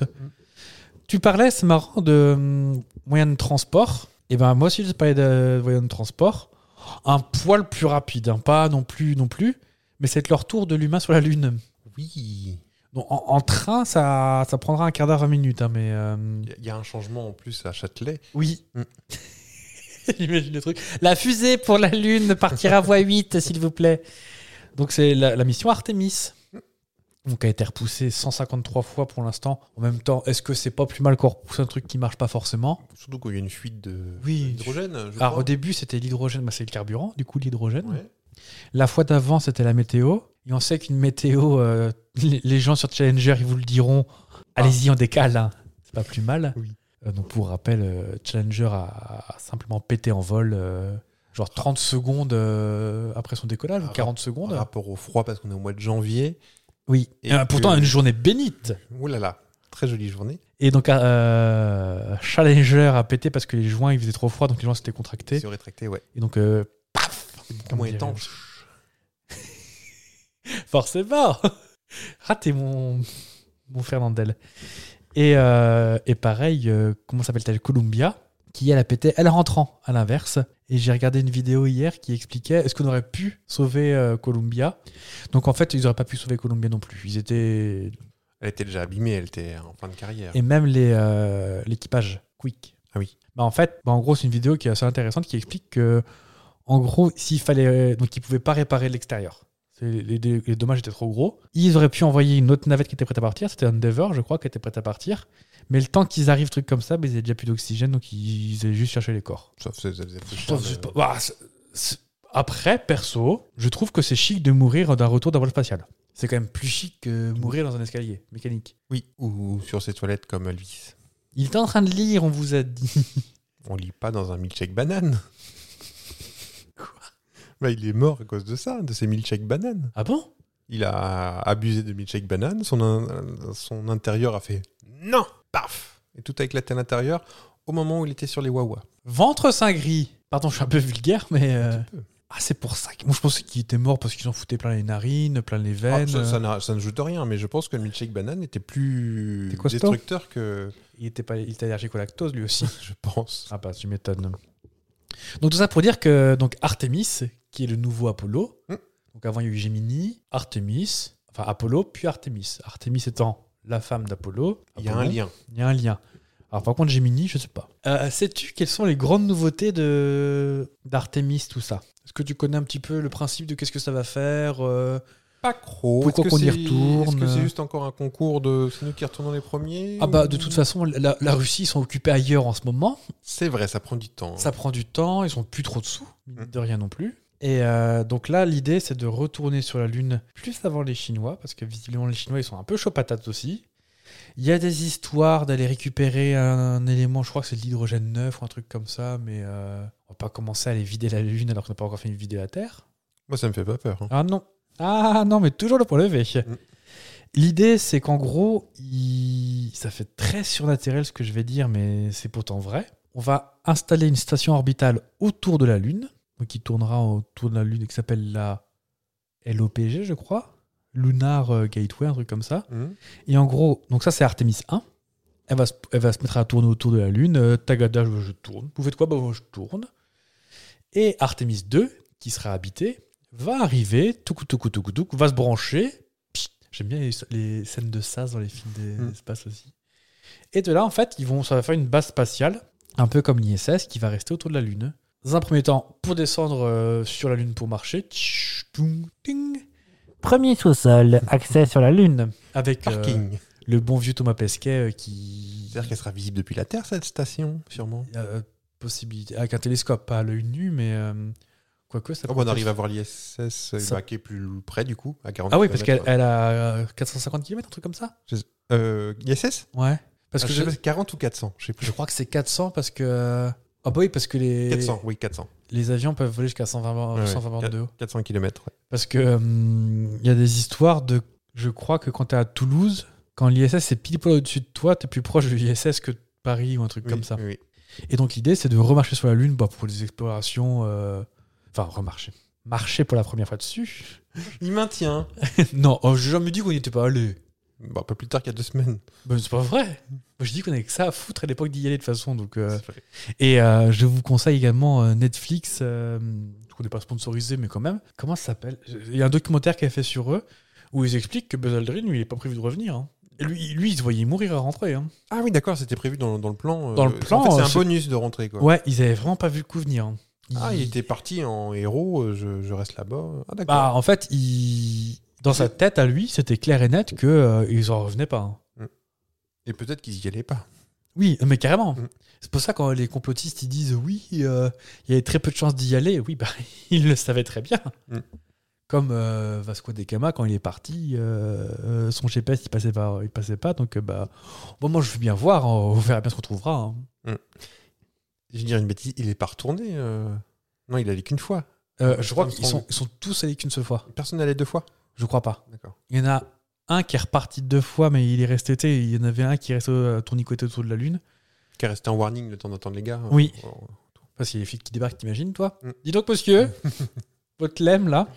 Tu parlais, c'est marrant, de moyens de transport. Et ben moi aussi, je parlais de moyens de transport. Un poil plus rapide, hein, pas non plus, mais c'est le retour de l'humain sur la Lune. Oui. Donc, en train, ça prendra un quart d'heure, 20 minutes. Hein, mais Il y a un changement en plus à Châtelet. oui. J'imagine le truc. La fusée pour la Lune partira à voie 8, s'il vous plaît. Donc c'est la mission Artemis. Donc a été repoussée 153 fois pour l'instant. En même temps, est-ce que c'est pas plus mal qu'on repousse un truc qui marche pas forcément? Surtout quand il y a une fuite Oui. d'hydrogène. je Alors crois. au début, c'était l'hydrogène, bah, c'est le carburant, du coup l'hydrogène. Ouais. La fois d'avant, c'était la météo. Et on sait qu'une météo, les gens sur Challenger, ils vous le diront. Allez-y, on décale. Hein. C'est pas plus mal. Oui. Donc pour rappel, Challenger a simplement pété en vol, genre 30 secondes après son décollage, ou 40 secondes. Par rapport au froid, parce qu'on est au mois de janvier. Oui. Et Et pourtant, que- une journée bénite. Ouh là là. Très jolie journée. Et donc, Challenger a pété parce que les joints, il faisait trop froid, donc les joints s'étaient contractés. C'est rétracté, ouais. Et donc, paf Comment on dirait- étanche. Forcément. Raté mon Fernandel. Et pareil, comment s'appelle-t-elle, Columbia, qui elle a pété, elle rentrant à l'inverse. Et j'ai regardé une vidéo hier qui expliquait est-ce qu'on aurait pu sauver Columbia. Donc en fait, ils n'auraient pas pu sauver Columbia non plus. Ils étaient... Elle était déjà abîmée, elle était en fin de carrière. Et même l'équipage Quick. Ah oui. En fait, en gros, c'est une vidéo qui est assez intéressante qui explique que, en gros, s'il fallait. Donc, ils ne pouvaient pas réparer l'extérieur. Les dommages étaient trop gros. Ils auraient pu envoyer une autre navette qui était prête à partir. C'était Endeavour, je crois, qui était prête à partir. Mais le temps qu'ils arrivent, truc comme ça, ils n'avaient déjà plus d'oxygène, donc ils allaient juste chercher les corps. Sauf que ça faisait plus Sauf cher, juste pas- Bah, Après, perso, je trouve que c'est chic de mourir d'un retour d'un vol spatial. C'est quand même plus chic que mourir dans un escalier mécanique. Oui, ou sur ses toilettes comme Elvis. Il était en train de lire, on vous a dit. On lit pas dans un milkshake banane. Bah, il est mort à cause de ça, de ses milkshake bananes. Ah bon? Il a abusé de milkshake banane, son intérieur a fait non, paf, et tout a éclaté à l'intérieur au moment où il était sur les Wawa. Ventre saint gris. Pardon, je suis un peu vulgaire, mais... Un petit peu. Ah, c'est pour ça. Moi, je pensais qu'il était mort parce qu'ils en foutaient plein les narines, plein les Ah, veines. ça ne joue rien, mais je pense que le milkshake banane était plus C'était costaud. destructeur que Il était allergique au lactose, lui aussi. je pense. Ah bah, tu m'étonnes. Donc, tout ça pour dire que donc Artemis, qui est le nouveau Apollo, donc avant, il y a eu Gemini, Artemis, enfin Apollo, puis Artemis. Artemis étant la femme d'Apollo. Il y a un Apollon. lien. Il y a un lien. Alors, par contre, Gemini, je sais pas. Sais-tu quelles sont les grandes nouveautés d'Artemis, tout ça? Est-ce que tu connais un petit peu le principe de qu'est-ce que ça va faire Pas trop. Pourquoi Est-ce que qu'on y c'est- retourne Est-ce que c'est juste encore un concours de c'est nous qui retournons les premiers Ah bah, ou- de toute façon, la Russie, ils sont occupés ailleurs en ce moment. C'est vrai, ça prend du temps. Ça prend du temps, ils sont plus trop dessous, mine Mm. de rien non plus. Et donc là, l'idée, c'est de retourner sur la Lune plus avant les Chinois, parce que visiblement, les Chinois, ils sont un peu chauds patates aussi. Il y a des histoires d'aller récupérer un élément, je crois que c'est de l'hydrogène neuf ou un truc comme ça, mais on va pas commencer à aller vider la Lune alors qu'on n'a pas encore fini de vider la Terre. Moi, ça me fait pas peur. hein. Ah non. Ah non, mais toujours le point levé. L'idée, c'est qu'en gros, ça fait très surnaturel ce que je vais dire, mais c'est pourtant vrai. On va installer une station orbitale autour de la Lune, donc qui tournera autour de la Lune et qui s'appelle la LOPG, je crois. Lunar Gateway, un truc comme ça. Mhm. Et en gros, donc ça, c'est Artemis 1. Elle va se mettre à tourner autour de la Lune. Tagada, je tourne. Vous faites quoi? Bah, je tourne. Et Artemis 2, qui sera habité, va arriver, touc, va se brancher. Psst, j'aime bien les scènes de sas dans les films d'espace aussi. Et de là, en fait, ça va faire une base spatiale, un peu comme l'ISS, qui va rester autour de la Lune. Dans un premier temps, pour descendre sur la Lune pour marcher. Tch, toum, ting. Premier sous-sol, accès sur la Lune. Avec Parking. le bon vieux Thomas Pesquet qui... C'est-à-dire qu'elle sera visible depuis la Terre, cette station, sûrement. Possibilité. Avec un télescope, pas à l'œil nu, mais... quoique, ça Oh, peut on arrive être- à voir l'ISS Ça- qui est plus près, du coup, à 40 Ah oui, parce kilomètres. qu'elle a 450 km, un truc comme ça. ISS Ouais. Parce que je sais pas, c'est 40 ou 400, je sais plus. je crois que c'est 400 parce que... Ah bah oui, parce que 400, oui, 400. les avions peuvent voler jusqu'à 120 Ouais, 120 bornes de haut. 400 km, ouais. Parce que il y a des histoires de... Je crois que quand t'es à Toulouse, quand l'ISS c'est pile poil au-dessus de toi, t'es plus proche de l'ISS que de Paris ou un truc Oui, comme ça. oui, oui. Et donc l'idée c'est de remarcher sur la Lune pour des explorations... Enfin, remarcher. Marcher pour la première fois dessus. Il maintient. Non, j'ai jamais dit qu'on n'y était pas allé. Bon, un peu plus tard qu'il y a 2 semaines. Ben, c'est pas vrai. Moi, je dis qu'on avait que ça à foutre à l'époque d'y aller de toute façon. Donc, C'est vrai. Et je vous conseille également Netflix, qu'on n'est pas sponsorisé, mais quand même. Comment ça s'appelle? Il y a un documentaire qui est fait sur eux où ils expliquent que Buzz Aldrin, lui, il n'est pas prévu de revenir. hein. Et lui, il se voyait mourir à rentrer. hein. Ah oui, d'accord, c'était prévu dans le plan. Dans le plan, en fait, c'est un c'est- bonus de rentrer, quoi. Ouais, ils avaient vraiment pas vu le coup venir. hein. Ah, il était parti en héros, je reste là-bas. Ah, d'accord. Bah, en fait, dans sa tête à lui, c'était clair et net qu'ils en revenaient pas. hein. Et peut-être qu'ils y allaient pas. Oui, mais carrément. Mm. C'est pour ça quand les complotistes ils disent oui, il y avait très peu de chances d'y aller. Oui, bah, ils le savaient très bien. Mm. Comme Vasco de Gama, quand il est parti, son GPS il passait pas. Donc, bah, bon, moi je veux bien voir, hein, on verra bien ce qu'on trouvera. hein. Je vais dire une bêtise, il est pas retourné. Non, il allait qu'une fois. Je crois qu'ils Armstrong. sont tous allés qu'une seule fois. Personne n'allait 2 fois. Je crois pas. D'accord. Il y en a un qui est reparti 2 fois, mais il est resté, il y en avait un qui est resté tournicoté autour de la Lune. Qui est resté en warning le temps d'entendre les gars. Oui. Parce qu'il y a les flics qui débarquent, t'imagines, toi Dis donc, monsieur, votre lemme, là.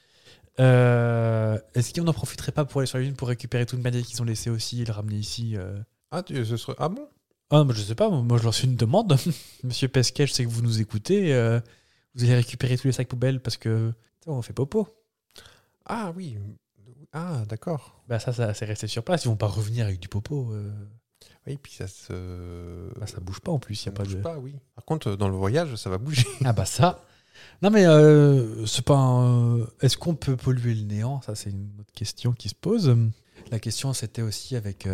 Est-ce qu'on n'en profiterait pas pour aller sur la Lune pour récupérer toute une manette qu'ils ont laissée aussi et le ramener ici Ah bon? Ah, je sais pas, moi je lance une demande. Monsieur Pesquet, je sais que vous nous écoutez. Vous allez récupérer tous les sacs poubelles parce que on fait popo. Ah oui. Ah, d'accord. Bah ça c'est resté sur place. Ils vont pas revenir avec du popo. Oui, puis ça se... Bah, ça bouge pas en plus. Ça Y a pas bouge de... pas, oui. Par contre, dans le voyage, ça va bouger. Ah bah ça. Non mais c'est pas. Est-ce qu'on peut polluer le néant? Ça c'est une autre question qui se pose. La question c'était aussi avec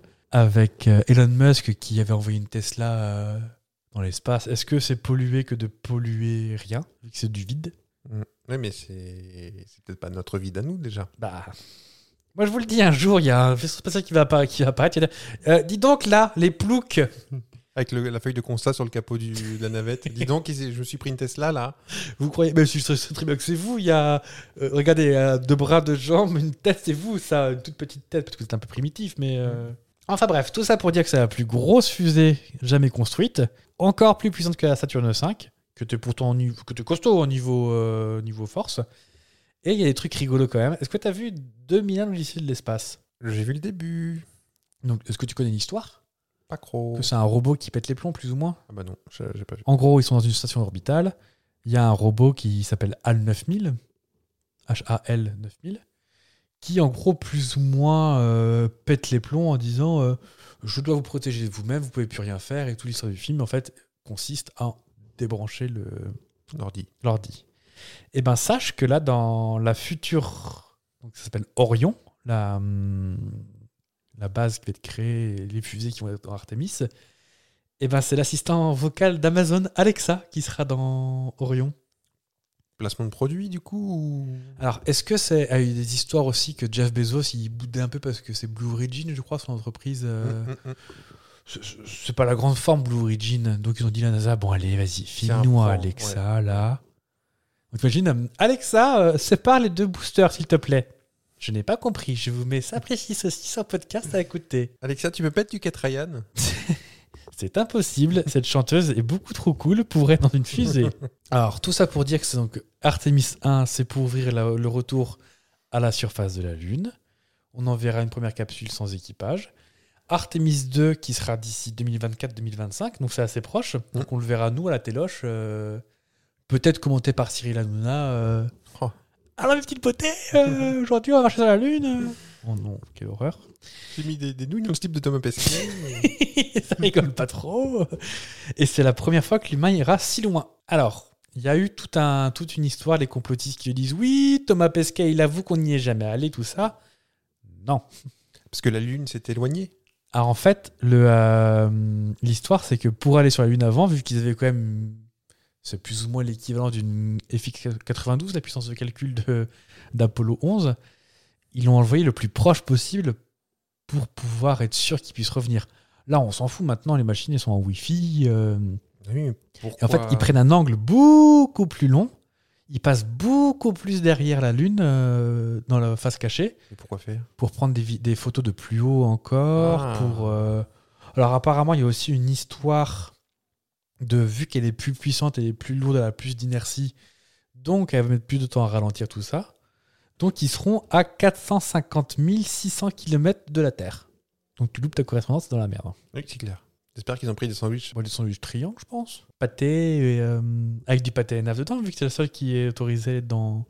Elon Musk qui avait envoyé une Tesla dans l'espace. Est-ce que c'est polluer que de polluer rien vu que c'est du vide? Oui, mais c'est peut-être pas notre vie à nous déjà. Bah, moi je vous le dis, un jour il y a un vaisseau spatial qui va apparaître. Dis donc là, les ploucs. Avec la feuille de constat sur le capot de la navette. Dis donc, je me suis pris une Tesla là. Vous croyez? Mais je sais très bien que c'est vous. Il y a, regardez, 2 bras, 2 jambes, une tête, c'est vous, ça, une toute petite tête, parce que c'est un peu primitif, mais. Enfin bref, tout ça pour dire que c'est la plus grosse fusée jamais construite, encore plus puissante que la Saturne V, que t'es pourtant que t'es costaud au niveau force. Et il y a des trucs rigolos quand même. Est-ce que t'as vu 2001 l'Odyssée de l'espace? J'ai vu le début. Donc, est-ce que tu connais l'histoire? Pas trop. Que c'est un robot qui pète les plombs, plus ou moins? Ah bah non, j'ai pas vu. En gros, ils sont dans une station orbitale. Il y a un robot qui s'appelle HAL 9000, HAL 9000, qui en gros plus ou moins pète les plombs en disant je dois vous protéger de vous-même, vous pouvez plus rien faire, et toute l'histoire du film en fait consiste à débrancher l'ordi. Et ben sache que là dans la future, donc ça s'appelle Orion, la base qui va être créée, les fusées qui vont être dans Artemis, et ben c'est l'assistant vocal d'Amazon Alexa qui sera dans Orion. Placement de produit du coup ou... Alors, est-ce que c'est a eu des histoires aussi que Jeff Bezos il boudait un peu parce que c'est Blue Origin, je crois, son entreprise. C'est pas la grande forme Blue Origin, donc ils ont dit à la NASA bon allez vas-y file-nous un Alexa là. Donc imagine Alexa sépare les 2 boosters s'il te plaît. Je n'ai pas compris, je vous mets ça précis ceci sur podcast à écouter. Alexa, tu peux pas être du Cat Ryan? C'est impossible, cette chanteuse est beaucoup trop cool pour être dans une fusée. Alors, tout ça pour dire que c'est donc Artemis 1, c'est pour ouvrir le retour à la surface de la Lune. On enverra une première capsule sans équipage. Artemis 2 qui sera d'ici 2024-2025, donc c'est assez proche. Donc on le verra nous à la téloche, peut-être commenté par Cyril Hanouna. Alors mes petites potées, aujourd'hui on va marcher sur la Lune. Oh non, quelle horreur. J'ai mis des nouilles dans le slip de Thomas Pesquet. Ça rigole pas trop. Et c'est la première fois que l'humain ira si loin. Alors, il y a eu toute une histoire, les complotistes qui disent oui, Thomas Pesquet, il avoue qu'on n'y est jamais allé, tout ça. Non. Parce que la Lune s'est éloignée. Alors en fait, l'histoire, c'est que pour aller sur la Lune avant, vu qu'ils avaient quand même... C'est plus ou moins l'équivalent d'une FX-92, la puissance de calcul d'Apollo 11. Ils l'ont envoyé le plus proche possible pour pouvoir être sûr qu'ils puissent revenir. Là, on s'en fout maintenant, les machines elles sont en Wi-Fi. Oui, et en fait, ils prennent un angle beaucoup plus long. Ils passent beaucoup plus derrière la Lune, dans la face cachée. Et pourquoi faire? Pour prendre des photos de plus haut encore. Alors apparemment, il y a aussi une histoire vu qu'elle est plus puissante, elle est plus lourde, elle a plus d'inertie. Donc, elle va mettre plus de temps à ralentir tout ça. Donc, ils seront à 450 600 km de la Terre. Donc, tu loupes ta correspondance, c'est dans la merde. Oui, c'est clair. J'espère qu'ils ont pris des sandwichs. Des sandwichs triangles, je pense. Pâté, avec du pâté NF dedans, vu que c'est le seul qui est autorisé dans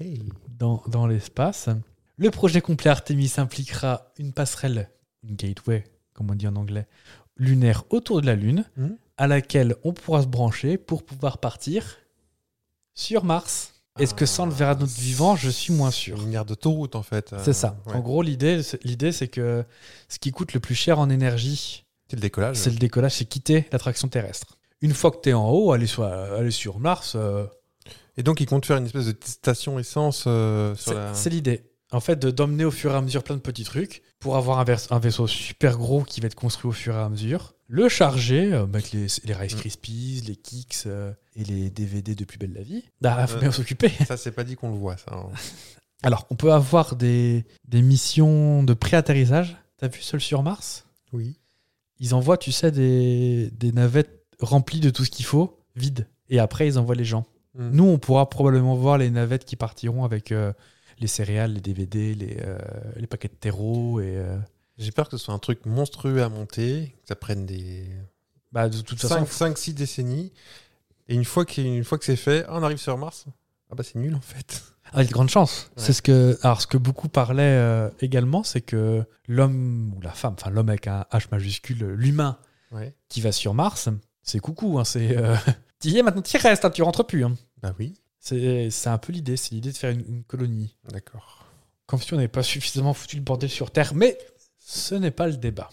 l'espace. Le projet complet Artemis impliquera une passerelle, une gateway, comme on dit en anglais, lunaire autour de la Lune, à laquelle on pourra se brancher pour pouvoir partir sur Mars. Est-ce que ça, on le verra de notre vivant? Je suis moins sûr. Une aire d'autoroute, en fait. C'est ça. Ouais. En gros, l'idée, c'est que ce qui coûte le plus cher en énergie, c'est le décollage. C'est le décollage, c'est quitter l'attraction terrestre. Une fois que tu es en haut, aller sur Mars... Et donc, ils comptent faire une espèce de station essence C'est l'idée. En fait, d'emmener au fur et à mesure plein de petits trucs pour avoir un vaisseau super gros qui va être construit au fur et à mesure. Le charger avec les Rice Krispies, les Kix et les DVD de Plus belle la vie. Faut bien s'occuper. Ça, c'est pas dit qu'on le voit, ça. Hein. Alors, on peut avoir des missions de pré-atterrissage. T'as vu Seul sur Mars ? Oui. Ils envoient, tu sais, des navettes remplies de tout ce qu'il faut, vides. Et après, ils envoient les gens. Nous, on pourra probablement voir les navettes qui partiront avec les céréales, les DVD, les paquets de terreau. J'ai peur que ce soit un truc monstrueux à monter, que ça prenne des Bah, de toute façon, 5-6 décennies. Et une fois que c'est fait, on arrive sur Mars. Ah bah c'est nul en fait. avec de grandes chances. Ouais. C'est ce que beaucoup parlaient également, c'est que l'homme ou la femme, enfin l'homme avec un H majuscule, l'humain Ouais. qui va sur Mars, c'est coucou. Hein, c'est tu y es maintenant, tu y restes, hein, tu rentres plus. Hein. Bah oui. C'est un peu l'idée, c'est l'idée de faire une colonie. D'accord. Comme si on n'avait pas suffisamment foutu le bordel sur Terre, mais ce n'est pas le débat.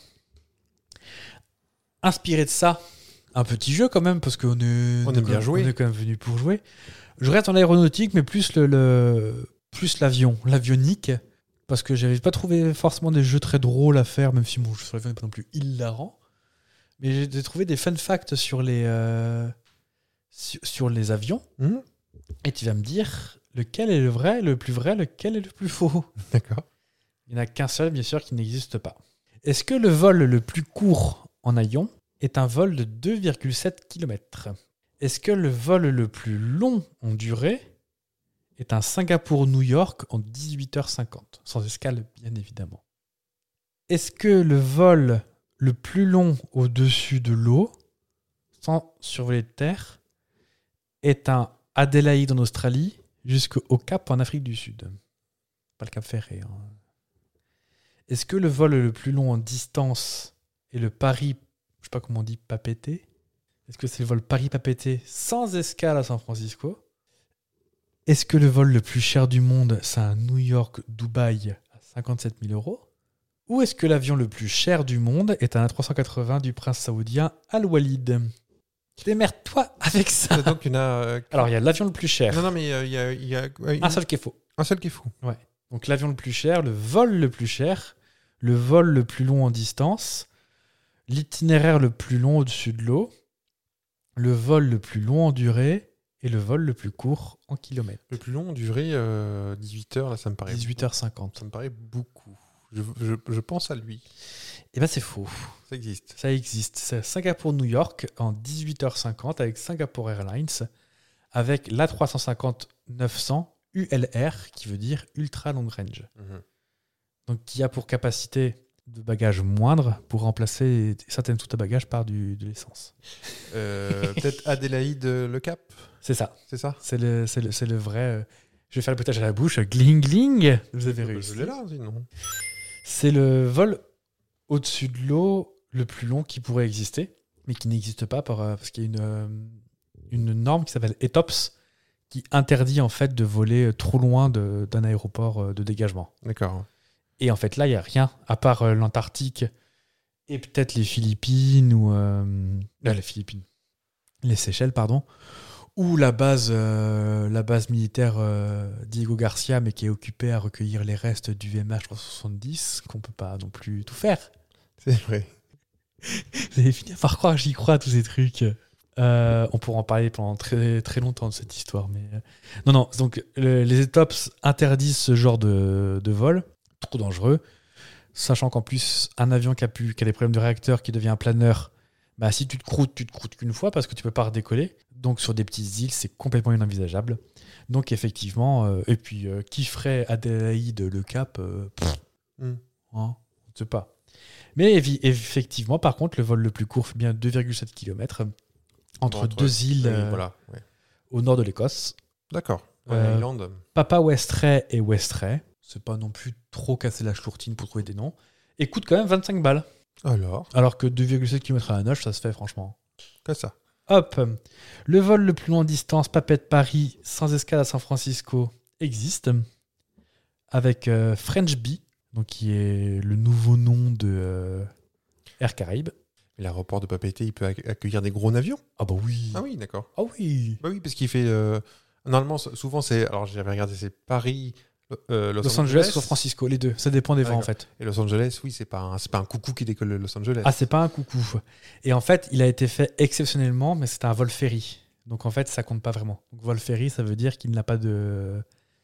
Inspiré de ça, un petit jeu quand même, parce qu'on est, On aime bien jouer. On est quand même venu pour jouer. Je reste en aéronautique, mais plus plus l'avionique, parce que j'avais pas trouvé forcément des jeux très drôles à faire, même si mon jeu sur l'avion n'est pas non plus hilarant. Mais j'ai trouvé des fun facts sur les avions, et tu vas me dire lequel est le plus vrai, lequel est le plus faux. D'accord. Il n'y en a qu'un seul, bien sûr, qui n'existe pas. Est-ce que le vol le plus court en avion est un vol de 2,7 km ? Est-ce que le vol le plus long en durée est un Singapour-New York en 18h50 ? Sans escale, bien évidemment. Est-ce que le vol le plus long au-dessus de l'eau, sans survoler de terre, est un Adélaïde en Australie jusqu'au Cap en Afrique du Sud ? Pas le Cap Ferré. Hein. Est-ce que le vol le plus long en distance est le Paris, je sais pas comment on dit, Papeete ? Est-ce que c'est le vol Paris-Papeete sans escale à San Francisco ? Est-ce que le vol le plus cher du monde, c'est un New York-Dubaï à 57 000 euros ? Ou est-ce que l'avion le plus cher du monde est un A380 du prince saoudien Al-Walid ? Démerde-toi avec ça. Donc il y en a. Alors, il y a l'avion le plus cher. Non, mais il y a Un seul qui est faux. un seul qui est fou. Donc l'avion le plus cher, le vol le plus cher, le vol le plus long en distance, l'itinéraire le plus long au-dessus de l'eau, le vol le plus long en durée et le vol le plus court en kilomètres. Le plus long duré 18 heures, là, ça me paraît. 18h50. Ça me paraît beaucoup. Je pense à lui. Eh bien c'est faux. Ça existe. Ça existe. C'est Singapour-New York en 18h50 avec Singapore Airlines, avec l'A350-900 ULR, qui veut dire Ultra Long Range. Donc qui a pour capacité de bagages moindre pour remplacer certaines soutes à bagages par de l'essence. Peut-être Adélaïde Le Cap, C'est ça. c'est ça? C'est le vrai... je vais faire le potage à la bouche. Gling gling. Vous avez réussi. Je l'ai là, sinon. C'est le vol au-dessus de l'eau le plus long qui pourrait exister, mais qui n'existe pas parce qu'il y a une norme qui s'appelle ETOPS qui interdit en fait de voler trop loin d'un aéroport de dégagement. D'accord. Et en fait, là, il n'y a rien, à part l'Antarctique et peut-être les Philippines ou... les Seychelles, pardon, ou la base militaire Diego Garcia, mais qui est occupée à recueillir les restes du MH370, qu'on ne peut pas non plus tout faire. C'est vrai. Vous allez finir par croire que j'y crois à tous ces trucs. On pourra en parler pendant très, très longtemps de cette histoire. Mais non, donc les ETOPS interdisent ce genre de vol. Trop dangereux. Sachant qu'en plus, un avion qui a des problèmes de réacteur, qui devient un planeur, bah, si tu te croûtes qu'une fois parce que tu peux pas redécoller. Donc sur des petites îles, c'est complètement inenvisageable. Donc effectivement, et puis qui ferait Adélaïde Le Cap hein, on ne sait pas. Mais effectivement, par contre, le vol le plus court fait bien 2,7 km entre deux îles voilà. Ouais. au nord de l'Écosse. D'accord. Island. Papa Westray et Westray. C'est pas non plus trop casser la chlourtine pour trouver des noms. Et coûte quand même 25 balles. Alors que 2,7 km à la nage, ça se fait franchement. Que ça. Hop. Le vol le plus long en distance, Papeete-Paris, sans escale à San Francisco, existe. Avec French Bee, donc qui est le nouveau nom de Air Caraïbes. Et l'aéroport de Papeete, il peut accueillir des gros avions? Ah bah oui. Ah oui, d'accord. Ah oui. Bah oui, parce qu'il fait... Normalement, souvent, c'est... Alors, j'avais regardé, c'est Paris... Los Angeles ou San Francisco, les deux. Ça dépend des vents, en fait. Et Los Angeles, oui, c'est pas un coucou qui décolle de Los Angeles. Ah, c'est pas un coucou. Et en fait, il a été fait exceptionnellement, mais c'est un vol ferry. Donc en fait, ça compte pas vraiment. Donc vol ferry, ça veut dire qu'il n'a pas de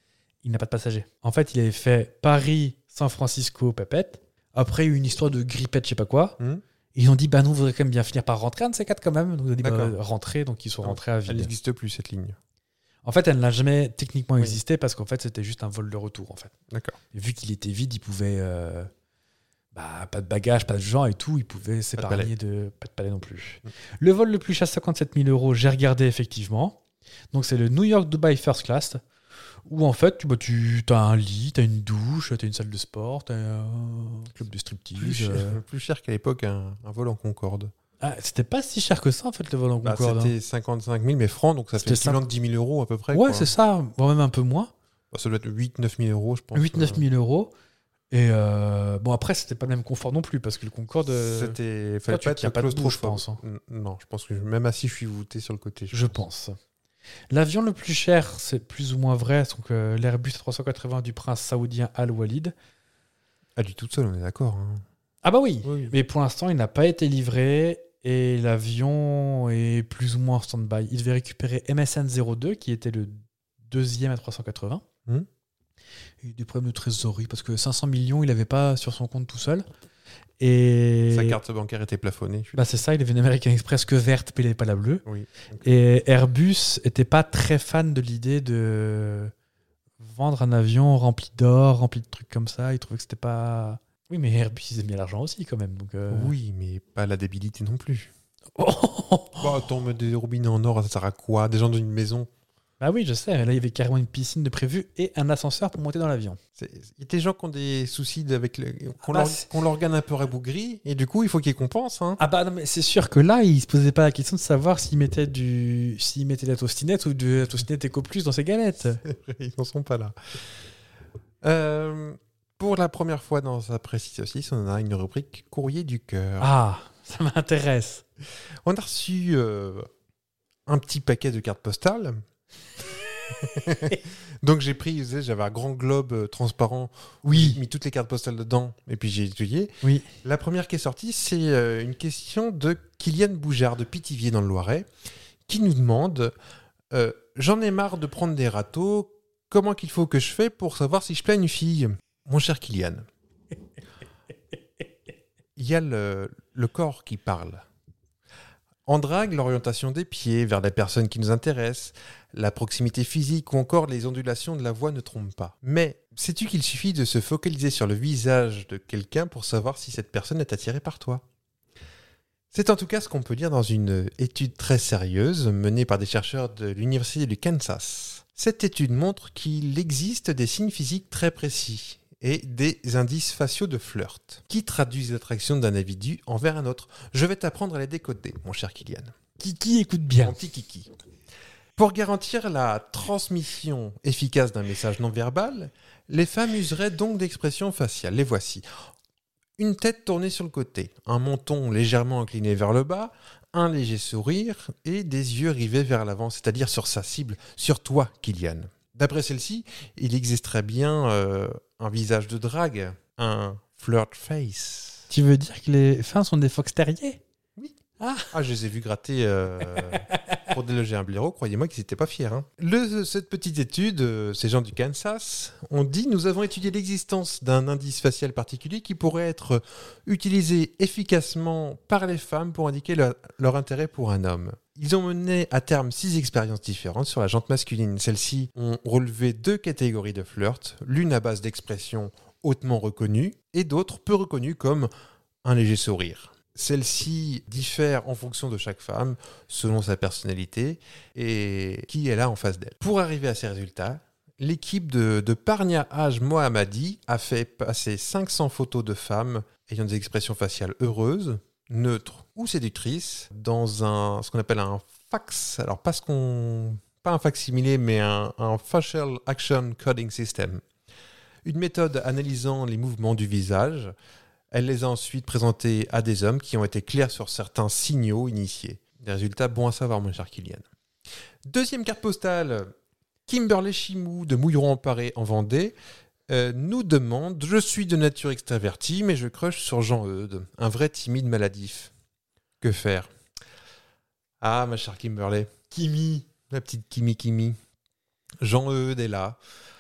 il n'a pas de passagers. En fait, il avait fait Paris-San Francisco, pépette. Après, il y a eu une histoire de grippette, je sais pas quoi. Ils ont dit, bah nous, on voudrait quand même bien finir par rentrer un de ces quatre quand même. Donc, ils ont dit, bah, rentrer. Donc, ils sont rentrés à vide. Elle n'existe plus, cette ligne. En fait, elle n'a jamais techniquement existé parce qu'en fait, c'était juste un vol de retour. En fait. D'accord. Et vu qu'il était vide, il pouvait... pas de bagages, pas de gens et tout. Il pouvait s'épargner de... Pas de palais non plus. Le vol le plus cher, 57 000 €, j'ai regardé effectivement. Donc, c'est le New York-Dubai First Class. Où en fait, tu as un lit, tu as une douche, tu as une salle de sport, tu as un club de striptease. Plus cher qu'à l'époque, un vol en Concorde. Ah, c'était pas si cher que ça en fait le vol en Concorde. C'était 55 000 mais francs, donc ça fait l'équivalent de 10 000 € à peu près. Ouais, c'est ça, voire même un peu moins. Ça doit être 8-9 000 €, je pense. 8-9 000 €. Et bon, après, c'était pas le même confort non plus parce que le Concorde. Fallait pas être pas de trop, boue, je pense. Non, je pense que même assis, je suis voûté sur le côté. Je pense. L'avion le plus cher, c'est plus ou moins vrai, donc l'Airbus A380 du prince saoudien Al Walid. Ah, lui tout seul, on est d'accord. Hein. Ah bah oui, mais pour l'instant, il n'a pas été livré et l'avion est plus ou moins en stand-by. Il devait récupérer MSN 02, qui était le deuxième A380. Il a eu des problèmes de trésorerie parce que 500 millions, il n'avait pas sur son compte tout seul. Et sa carte bancaire était plafonnée. C'est ça, il avait une American Express que verte, mais il n'avait pas la bleue. Oui. Et Airbus n'était pas très fan de l'idée de vendre un avion rempli d'or, rempli de trucs comme ça. Il trouvait que c'était pas... Oui, mais Airbus, ils aiment bien l'argent aussi, quand même. Donc Oui, mais pas la débilité non plus. Attends, mais des robinets en or, ça sert à quoi? Des gens d'une maison? Bah oui, je sais. Là, il y avait carrément une piscine de prévu et un ascenseur pour monter dans l'avion. Il y a des gens qui ont des soucis avec qu'on l'organe un peu rabougri, et du coup, il faut qu'ils compensent. Hein. Ah bah non, mais c'est sûr que là, il se posait pas la question de savoir s'il mettait de la tostinette ou de la tostinette Eco Plus dans ses galettes. Ils n'en sont pas là. Pour la première fois dans sa précise aussi, on a une rubrique Courrier du cœur. Ah, ça m'intéresse. On a reçu un petit paquet de cartes postales. Donc j'ai pris, j'avais un grand globe transparent, j'ai mis toutes les cartes postales dedans et puis j'ai étudié. Oui. La première qui est sortie, c'est une question de Kylian Boujard de Pithiviers dans le Loiret qui nous demande j'en ai marre de prendre des râteaux, comment qu'il faut que je fais pour savoir si je plais à une fille? Mon cher Kylian, il y a le corps qui parle. En drague, l'orientation des pieds vers la personne qui nous intéresse, la proximité physique ou encore les ondulations de la voix ne trompent pas. Mais sais-tu qu'il suffit de se focaliser sur le visage de quelqu'un pour savoir si cette personne est attirée par toi? C'est en tout cas ce qu'on peut lire dans une étude très sérieuse menée par des chercheurs de l'Université du Kansas. Cette étude montre qu'il existe des signes physiques très précis et des indices faciaux de flirt qui traduisent l'attraction d'un individu envers un autre. Je vais t'apprendre à les décoder, mon cher Kylian. Kiki écoute bien. Mon petit Kiki. Pour garantir la transmission efficace d'un message non verbal, les femmes useraient donc d'expressions faciales. Les voici. Une tête tournée sur le côté, un menton légèrement incliné vers le bas, un léger sourire et des yeux rivés vers l'avant, c'est-à-dire sur sa cible, sur toi, Kylian. D'après celle-ci, il existerait bien un visage de drague, un flirt face. Tu veux dire que les fins sont des fox terriers? Oui. Ah, je les ai vus gratter pour déloger un blaireau, croyez-moi qu'ils n'étaient pas fiers. Hein. Cette petite étude, ces gens du Kansas ont dit « Nous avons étudié l'existence d'un indice facial particulier qui pourrait être utilisé efficacement par les femmes pour indiquer leur intérêt pour un homme. » Ils ont mené à terme 6 expériences différentes sur la jante masculine. Celles-ci ont relevé 2 catégories de flirt, l'une à base d'expressions hautement reconnues et d'autres peu reconnues comme un léger sourire. Celles-ci diffèrent en fonction de chaque femme, selon sa personnalité et qui elle a en face d'elle. Pour arriver à ces résultats, l'équipe de Parnia Haj Mohammadi a fait passer 500 photos de femmes ayant des expressions faciales heureuses, neutre ou séductrice dans ce qu'on appelle un fax. Alors pas un facsimilé, mais un facial action coding system. Une méthode analysant les mouvements du visage. Elle les a ensuite présentés à des hommes qui ont été clairs sur certains signaux initiés. Des résultats bons à savoir, mon cher Kylian. Deuxième carte postale, Kimberley Chimou de Mouilleron-en-Paré en Vendée. Nous demande « Je suis de nature extravertie, mais je crush sur Jean-Eudes, un vrai timide maladif. Que faire ?» Ah, ma chère Kimberley. Kimi, la petite Kimi. Jean-Eudes est là.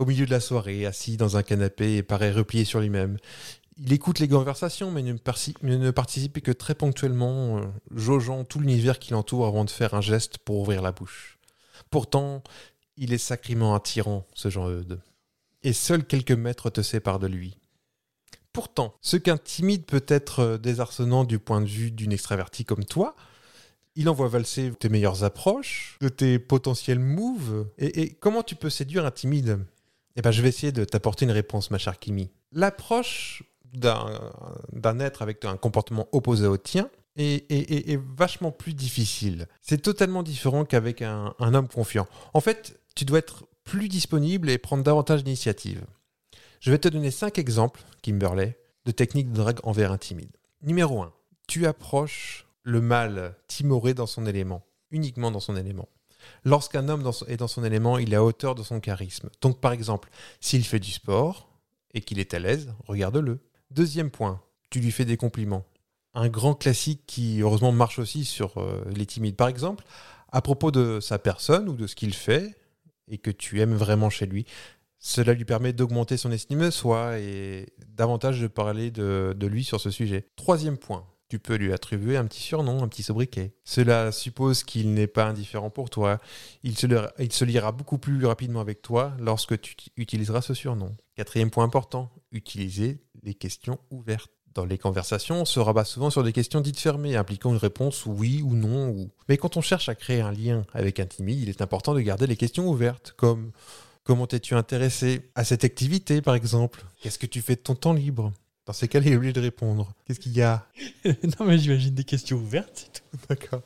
au milieu de la soirée, assis dans un canapé et paraît replié sur lui-même. Il écoute les conversations, mais ne participe que très ponctuellement, jaugeant tout l'univers qui l'entoure avant de faire un geste pour ouvrir la bouche. Pourtant, il est sacrément attirant, ce Jean-Eudes. Et seuls quelques mètres te séparent de lui. Pourtant, ce qu'intimide peut être désarçonnant du point de vue d'une extravertie comme toi, il envoie valser tes meilleures approches, de tes potentiels moves. Et comment tu peux séduire un timide ? Eh ben, je vais essayer de t'apporter une réponse, ma chère Kimi. L'approche d'un être avec un comportement opposé au tien est vachement plus difficile. C'est totalement différent qu'avec un homme confiant. En fait, tu dois être plus disponible et prendre davantage d'initiative. Je vais te donner 5 exemples, Kimberley, de techniques de drague envers un timide. Numéro 1. Tu approches le mâle timoré dans son élément, uniquement dans son élément. Lorsqu'un homme est dans son élément, il est à hauteur de son charisme. Donc par exemple, s'il fait du sport et qu'il est à l'aise, regarde-le. Deuxième point, tu lui fais des compliments. Un grand classique qui heureusement marche aussi sur les timides. Par exemple, à propos de sa personne ou de ce qu'il fait et que tu aimes vraiment chez lui, cela lui permet d'augmenter son estime de soi et davantage de parler de lui sur ce sujet. Troisième point, tu peux lui attribuer un petit surnom, un petit sobriquet. Cela suppose qu'il n'est pas indifférent pour toi. Il se liera beaucoup plus rapidement avec toi lorsque tu utiliseras ce surnom. Quatrième point important, utiliser les questions ouvertes. Dans les conversations, on se rabat souvent sur des questions dites fermées, impliquant une réponse oui ou non. Mais quand on cherche à créer un lien avec un timide, il est important de garder les questions ouvertes, comme comment t'es-tu intéressé à cette activité, par exemple ? Qu'est-ce que tu fais de ton temps libre ? Dans ces cas-là, il est obligé de répondre. Qu'est-ce qu'il y a ? Non, mais j'imagine des questions ouvertes, c'est tout. D'accord.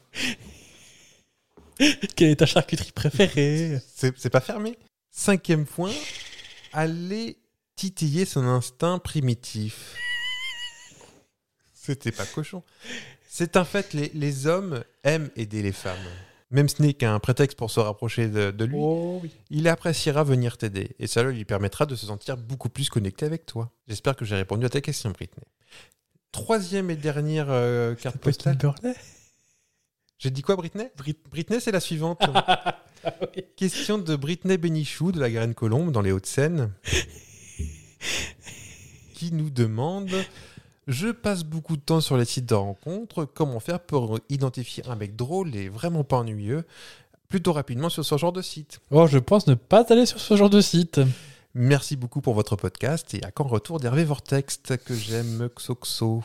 Quelle est ta charcuterie préférée ? C'est pas fermé. 5e point, aller titiller son instinct primitif. C'était pas cochon. C'est un fait, les hommes aiment aider les femmes. Même ce n'est qu'un prétexte pour se rapprocher de lui, Oh oui. il appréciera venir t'aider. Et cela lui permettra de se sentir beaucoup plus connecté avec toi. J'espère que j'ai répondu à ta question, Britney. 3e et dernière carte postale. Kimberley ? J'ai dit quoi, Britney ? Britney, c'est la suivante. Oui. Question de Britney Bénichou de la Garenne-Colombe dans les Hauts-de-Seine, qui nous demande... Je passe beaucoup de temps sur les sites de rencontres. Comment faire pour identifier un mec drôle et vraiment pas ennuyeux plutôt rapidement sur ce genre de site ? Oh, je pense ne pas aller sur ce genre de site. Merci beaucoup pour votre podcast et à quand retour d'Hervé Vortex que j'aime xoxo,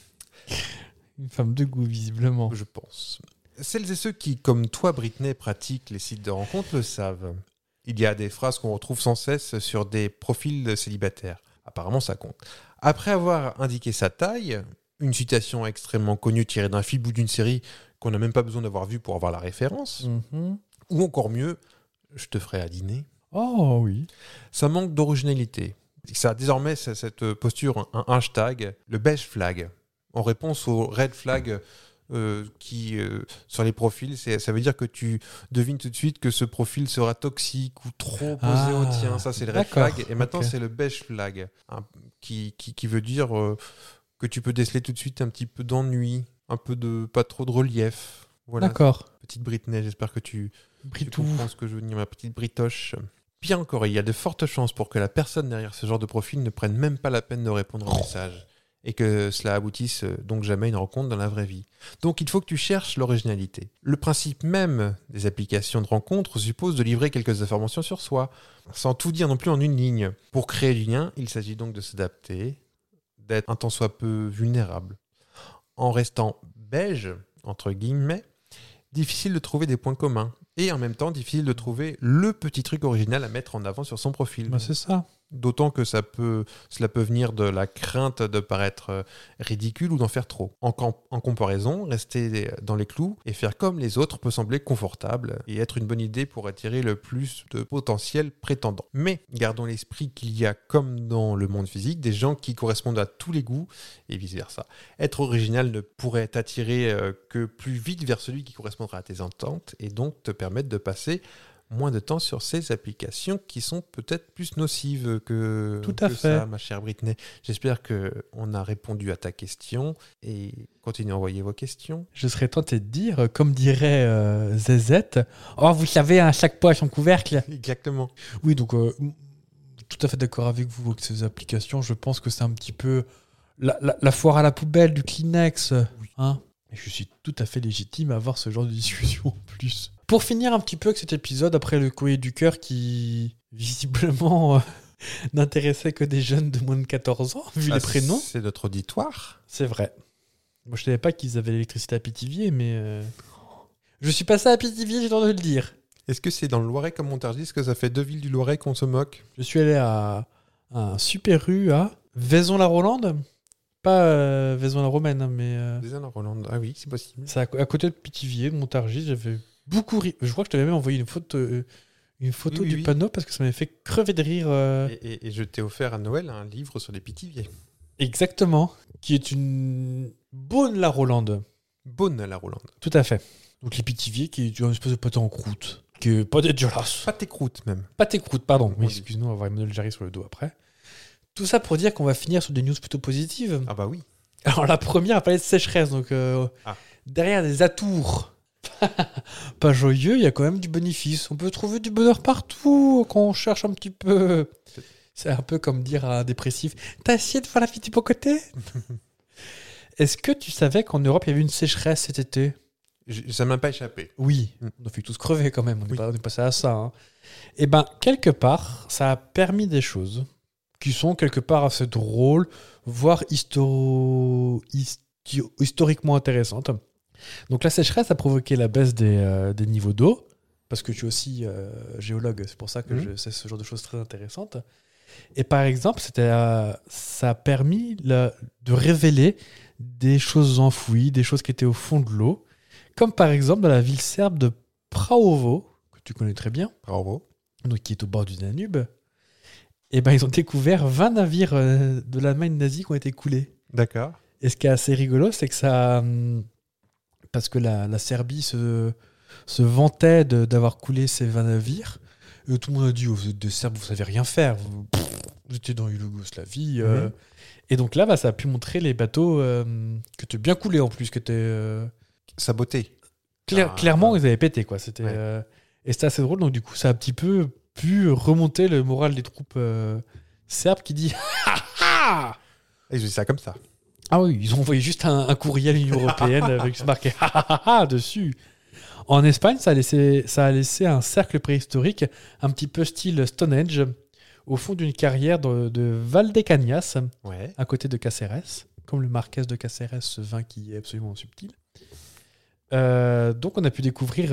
Une femme de goût, visiblement. je pense. Celles et ceux qui, comme toi Britney, pratiquent les sites de rencontres le savent. Il y a des phrases qu'on retrouve sans cesse sur des profils célibataires. Apparemment, ça compte. Après avoir indiqué sa taille, une citation extrêmement connue tirée d'un film ou d'une série qu'on n'a même pas besoin d'avoir vu pour avoir la référence, ou encore mieux, je te ferai à dîner, Oh oui. ça manque d'originalité. Ça a désormais cette posture, un hashtag, le beige flag, en réponse au red flag qui, sur les profils, ça veut dire que tu devines tout de suite que ce profil sera toxique ou trop opposé au tien. Ça, c'est le red d'accord, flag. Et maintenant, ok. c'est le beige flag, hein, qui veut dire que tu peux déceler tout de suite un petit peu d'ennui, un peu de pas trop de relief. Voilà. D'accord. Petite Britney, j'espère que tu Britou. comprends ce que je veux dire, ma petite Britoche. Pire encore, il y a de fortes chances pour que la personne derrière ce genre de profil ne prenne même pas la peine de répondre au message. Et que cela aboutisse donc jamais à une rencontre dans la vraie vie. Donc il faut que tu cherches l'originalité. Le principe même des applications de rencontres suppose de livrer quelques informations sur soi, sans tout dire non plus en une ligne. Pour créer du lien, il s'agit donc de s'adapter, d'être un tant soit peu vulnérable. En restant beige, entre guillemets, difficile de trouver des points communs. Et en même temps, difficile de trouver le petit truc original à mettre en avant sur son profil. Bah, c'est ça. D'autant que cela peut venir de la crainte de paraître ridicule ou d'en faire trop. En comparaison, rester dans les clous et faire comme les autres peut sembler confortable et être une bonne idée pour attirer le plus de potentiels prétendants. Mais gardons l'esprit qu'il y a, comme dans le monde physique, des gens qui correspondent à tous les goûts et vice-versa. Être original ne pourrait t'attirer que plus vite vers celui qui correspondra à tes ententes et donc te permettre de passer moins de temps sur ces applications qui sont peut-être plus nocives que, Tout à que fait. ça, ma chère Britney. J'espère qu'on a répondu à ta question et continuez à envoyer vos questions. Je serais tenté de dire, comme dirait Zezette, oh, vous savez, un chaque pois son couvercle. Exactement. Oui, donc tout à fait d'accord avec vous avec ces applications. Je pense que c'est un petit peu la foire à la poubelle du Kleenex. Hein, et je suis tout à fait légitime à avoir ce genre de discussion en plus. Pour finir un petit peu avec cet épisode, après le courrier du cœur qui, visiblement, n'intéressait que des jeunes de moins de 14 ans, vu les prénoms. C'est notre auditoire. C'est vrai. Moi, je savais pas qu'ils avaient l'électricité à Pithiviers, mais... Je suis passé à Pithiviers, j'ai le droit de le dire. Est-ce que c'est dans le Loiret comme Montargis? Est-ce que ça fait 2 villes du Loiret qu'on se moque? Je suis allé à un super rue à Vaison-la-Rolande. Pas Vaison-la-Romaine, hein, mais... Vaison-la-Rolande. Ah oui, c'est possible. C'est à côté de Pithiviers, de Montargis. J'avais beaucoup ri. Je crois que je t'avais même envoyé une photo Oui, du oui. panneau parce que ça m'avait fait crever de rire. Et je t'ai offert à Noël un livre sur les Pithiviers. Exactement. Qui est une Beaune-la-Rolande. Beaune-la-Rolande. Tout à fait. Donc les Pithiviers, qui est une espèce de pâté en croûte. Qui est pas dégueulasse. Pas tes croûtes même. Pâté croûte, pardon. On Oui, dit. excuse-nous, on va avoir Emmanuel Jarry sur le dos après. Tout ça pour dire qu'on va finir sur des news plutôt positives. Ah bah oui. Alors la première, a parlé de sécheresse. Donc derrière des atours pas joyeux, il y a quand même du bénéfice. On peut trouver du bonheur partout quand on cherche un petit peu. C'est un peu comme dire à un dépressif, t'as essayé de voir la vie du beau côté? Est-ce que tu savais qu'en Europe, il y avait une sécheresse cet été? Ça m'a pas échappé. Oui, on a fait tous crever quand même, on est passé à ça. Hein. Et ben, quelque part, ça a permis des choses qui sont quelque part assez drôles, voire historiquement intéressantes. Donc la sécheresse a provoqué la baisse des niveaux d'eau, parce que je suis aussi géologue, c'est pour ça que je sais ce genre de choses très intéressantes. Et par exemple, ça a permis de révéler des choses enfouies, des choses qui étaient au fond de l'eau, comme par exemple dans la ville serbe de Prahovo, que tu connais très bien, Bravo. donc qui est au bord du Danube. Et ben ils ont découvert 20 navires de l'Allemagne nazie qui ont été coulés. D'accord. Et ce qui est assez rigolo, c'est que ça... Parce que la Serbie se vantait d'avoir coulé ces 20 navires. Et tout le monde a dit, vous êtes des Serbes, vous savez rien faire. Vous étiez dans la Yougoslavie. Et donc là, ça a pu montrer les bateaux qui étaient bien coulés en plus, qui étaient... Saboté. Clairement, ils avaient pété, quoi. C'était, Ouais. et c'était assez drôle. Donc du coup, ça a un petit peu pu remonter le moral des troupes serbes qui dit Et je dis ça comme ça. Ah oui, ils ont envoyé juste un courrier à l'Union européenne avec marqué dessus. En Espagne, ça a laissé un cercle préhistorique un petit peu style Stonehenge au fond d'une carrière de Valdecañas, Ouais. à côté de Cáceres, comme le Marquès de Cáceres, ce vin qui est absolument subtil. Donc on a pu découvrir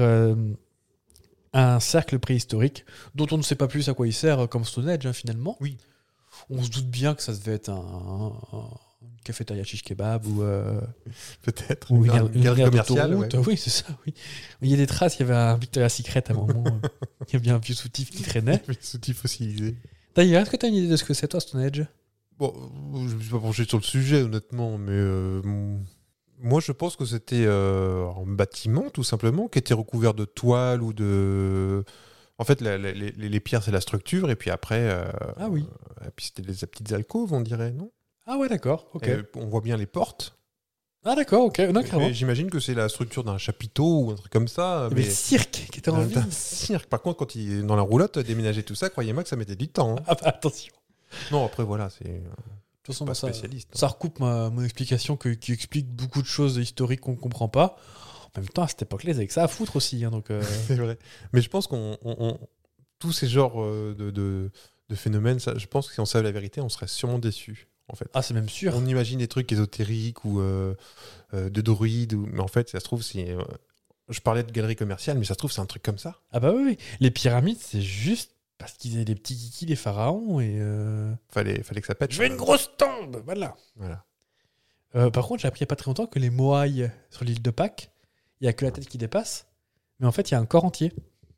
un cercle préhistorique dont on ne sait pas plus à quoi il sert comme Stonehenge finalement. Oui. On se doute bien que ça devait être un cafétéria shish kebab ou Peut-être. une Une guerre gare commerciale. d'autoroute. Ouais. Oui, c'est ça. Oui. Il y a des traces. Il y avait un Victoria's Secret à un moment. Il y avait un vieux soutif qui traînait. Soutil fossilisé. D'ailleurs, est-ce que tu as une idée de ce que c'est toi, Stonehenge? Bon, je me suis pas penché sur le sujet, honnêtement, mais moi, je pense que c'était un bâtiment, tout simplement, qui était recouvert de toile ou de... En fait, les pierres, c'est la structure, et puis après... Ah oui. Et puis c'était des petites alcôves, on dirait, non? Ah ouais, d'accord. Ok. Et on voit bien les portes. Ah d'accord, ok. Non, carrément. Mais j'imagine que c'est la structure d'un chapiteau ou un truc comme ça. Il y avait Mais le cirque qui était en ville. d'un cirque. Par contre, quand il est dans la roulotte, déménager tout ça, croyez-moi que ça mettait du temps. Hein. Ah bah, attention. Non, après, voilà, c'est De toute façon, pas ça, spécialiste. ça recoupe mon explication qui explique beaucoup de choses historiques qu'on ne comprend pas. En même temps, à cette époque-là, ils avaient que ça à foutre aussi. Hein, donc, C'est vrai. Mais je pense tous ces genres de phénomènes, ça, je pense que si on savait la vérité, on serait sûrement déçus. En fait. Ah, c'est même sûr. On imagine des trucs ésotériques ou de druides, mais en fait, ça se trouve, c'est. Je parlais de galerie commerciale, mais ça se trouve, c'est un truc comme ça. Ah bah oui. Les pyramides, c'est juste parce qu'ils avaient des petits kikis, les pharaons, et... Fallait que ça pète. Je veux une grosse tombe. Voilà. Voilà. Par contre, j'ai appris il n'y a pas très longtemps que les Moaïs, sur l'île de Pâques, il n'y a que la tête qui dépasse, mais en fait, il y a un corps entier.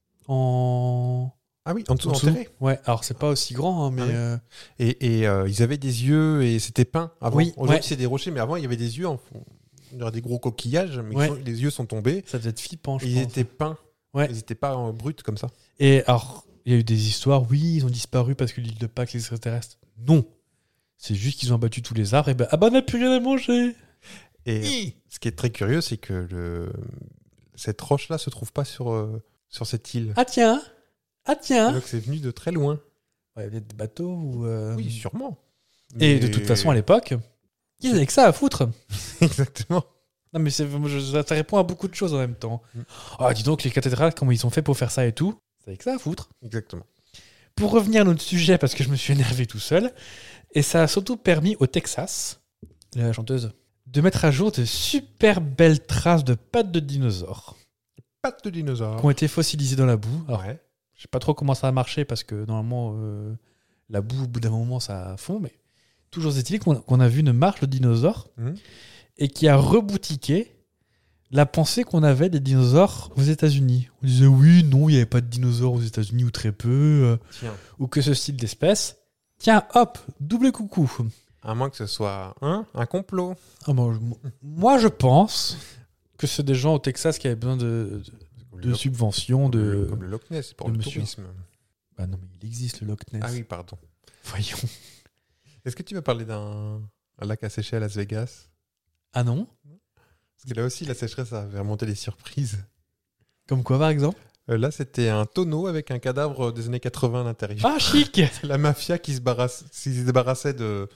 Ah oui, en dessous, En dessous. enterré. Ouais, alors c'est pas aussi grand, hein, mais... Ah oui. Et ils avaient des yeux et c'était peint avant. Oui, Aujourd'hui, ouais. c'est des rochers, mais avant, il y avait des yeux. Il y aurait des gros coquillages, mais Ouais. les yeux sont tombés. Ça devait être flippant, je Et ils pense. étaient peints. Ouais. Ils n'étaient pas bruts comme ça. Et alors, il y a eu des histoires, oui, ils ont disparu parce que l'île de Pâques, les extraterrestres. Non. C'est juste qu'ils ont abattu tous les arbres, et ben, ah bah on n'a plus rien à manger. Et ce qui est très curieux, c'est que cette roche-là se trouve pas sur cette île. Ah tiens. Donc c'est venu de très loin. Ouais, il y avait des bateaux ou... Oui, sûrement. Et Mais- de toute façon, à l'époque, ils avaient que ça à foutre. Exactement. Non, mais ça répond à beaucoup de choses en même temps. Ah, dis donc, les cathédrales, comment ils ont fait pour faire ça et tout. Ils avaient que ça à foutre. Exactement. Pour revenir à notre sujet, parce que je me suis énervé tout seul, et ça a surtout permis au Texas, la chanteuse, de mettre à jour de super belles traces de pattes de dinosaures Pattes de dinosaures. qui ont été fossilisées dans la boue. Alors, Ouais. je sais pas trop comment ça a marché parce que normalement, la boue, au bout d'un moment, ça fond, mais toujours est-il qu'on a vu une marche de dinosaures Mhm. et qui a reboutiqué la pensée qu'on avait des dinosaures aux États-Unis. On disait oui, non, il n'y avait pas de dinosaures aux États-Unis ou très peu, Tiens. ou que ce style d'espèce. Tiens, hop, double coucou. À moins que ce soit un complot. Ah bon, moi, je pense que c'est des gens au Texas qui avaient besoin de subventions, de... Comme le Loch Ness, c'est pour de le monsieur. tourisme. Bah non, mais il existe le Loch Ness. Ah oui, pardon. Voyons. Est-ce que tu veux parler d'un lac à sécher à Las Vegas? Ah non? Parce que là aussi, la sécheresse a fait remonter des surprises. Comme quoi, par exemple? Là, c'était un tonneau avec un cadavre des années 80 à l'intérieur. Ah, chic! C'est la mafia qui se débarrassait de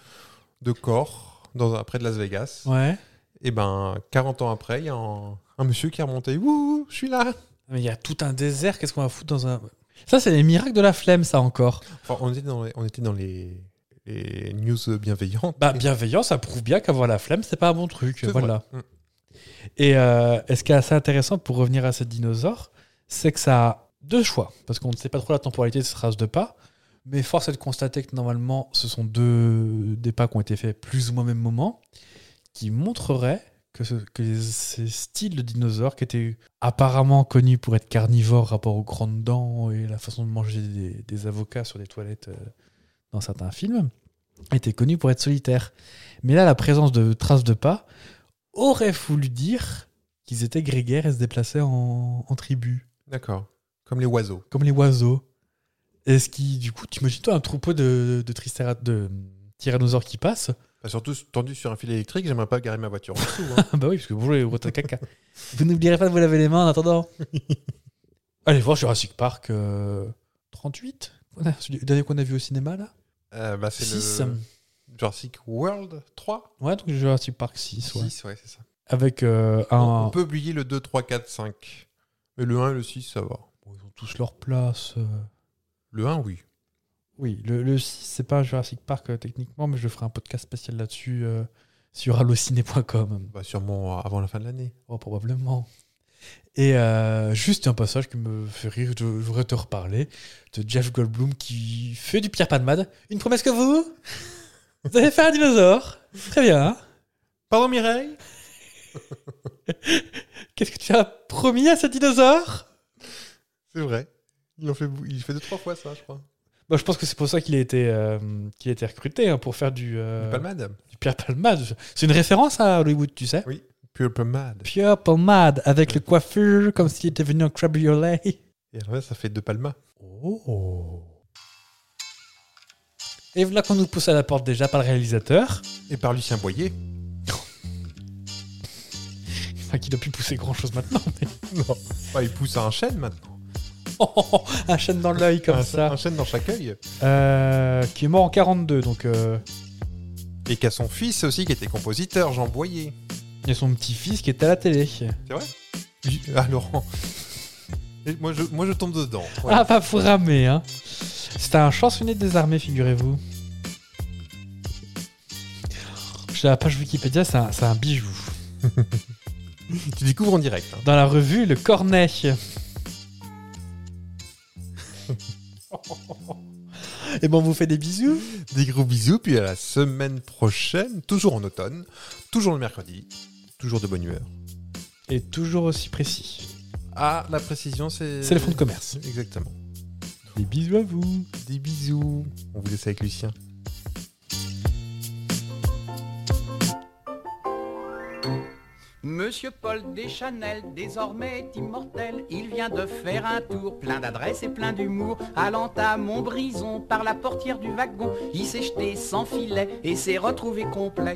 corps près de Las Vegas. Ouais. Et ben, 40 ans après, il y a un monsieur qui est remonté. Ouh, je suis là. Mais il y a tout un désert, qu'est-ce qu'on va foutre dans un... Ça, c'est les miracles de la flemme, ça, encore. Enfin, on était dans les news bienveillantes. Bah, bienveillant, ça prouve bien qu'avoir la flemme, c'est pas un bon truc. C'est Voilà. vrai. Et ce qui est assez intéressant pour revenir à ces dinosaures, c'est que ça a deux choix. Parce qu'on ne sait pas trop la temporalité de cette race de pas. Mais force est de constater que normalement, ce sont des pas qui ont été faits plus ou moins au même moment, qui montreraient que ces styles de dinosaures, qui étaient apparemment connus pour être carnivores rapport aux grandes dents et la façon de manger des avocats sur des toilettes dans certains films, étaient connus pour être solitaires. Mais là, la présence de traces de pas aurait voulu dire qu'ils étaient grégaires et se déplaçaient en tribu, D'accord. Comme les oiseaux. comme les oiseaux. Et ce qui, du coup, t'imagines-toi un troupeau de tyrannosaures qui passe. Bah, surtout tendu sur un fil électrique, j'aimerais pas garer ma voiture en dessous. Hein. Bah oui, parce que bonjour les routes à caca. Vous n'oublierez pas de vous laver les mains en attendant. Allez voir Jurassic Park 38. Le dernier qu'on a vu au cinéma, là. C'est 6. le Jurassic World 3. Ouais, donc Jurassic Park 6. Ouais. 6, ouais, c'est ça. Avec On peut oublier le 2, 3, 4, 5. Mais le 1 et le 6, ça va. Bon, ils ont tous leur place. Le 1, oui. Oui, le 6, c'est pas Jurassic Park techniquement, mais je ferai un podcast spécial là-dessus sur allociné.com. Bah, sûrement avant la fin de l'année. Oh, probablement. Et juste un passage qui me fait rire, je voudrais te reparler, de Jeff Goldblum qui fait du Pierre Palmade. Une promesse que vous allez faire un dinosaure. Très bien. Pardon, Mireille? Qu'est-ce que tu as promis à ce dinosaure? C'est vrai. Il fait 2-3 fois ça, je crois. Bon, je pense que c'est pour ça qu'il a été recruté, hein, pour faire du Palmade. Pierre Palmade. C'est une référence à Hollywood, tu sais. Oui. Pure Palmade. Pierre Palmade, avec le coiffure, comme s'il était venu en cabriolet. Et alors là, ça fait 2 palmas. Oh. Et voilà qu'on nous pousse à la porte déjà par le réalisateur. Et par Lucien Boyer. Enfin, qui ne doit plus pousser grand-chose maintenant. Mais... Non. Bah, il pousse à un chêne maintenant. un chêne dans l'œil comme ça. Un chêne dans chaque œil. Qui est mort en 42, donc... Et qu'à son fils aussi, qui était compositeur, Jean Boyer. Il y a son petit-fils qui était à la télé. C'est vrai? Ah, Laurent. Et moi, je tombe dedans. Voilà. Ah, pas pour ramer, hein. C'était un chansonnier des armées, figurez-vous. J'ai la page Wikipédia, c'est un bijou. Tu découvres en direct. Hein. Dans la revue Le Cornet. Et bon, on vous fait des bisous. Des gros bisous, puis à la semaine prochaine, toujours en automne, toujours le mercredi, toujours de bonne humeur. Et toujours aussi précis. Ah, la précision, c'est... C'est le fonds de commerce. Exactement. Des bisous à vous. Des bisous. On vous laisse avec Lucien. Monsieur Paul Deschanel, désormais est immortel, il vient de faire un tour, plein d'adresse et plein d'humour, allant à Montbrison par la portière du wagon, il s'est jeté sans filet et s'est retrouvé complet.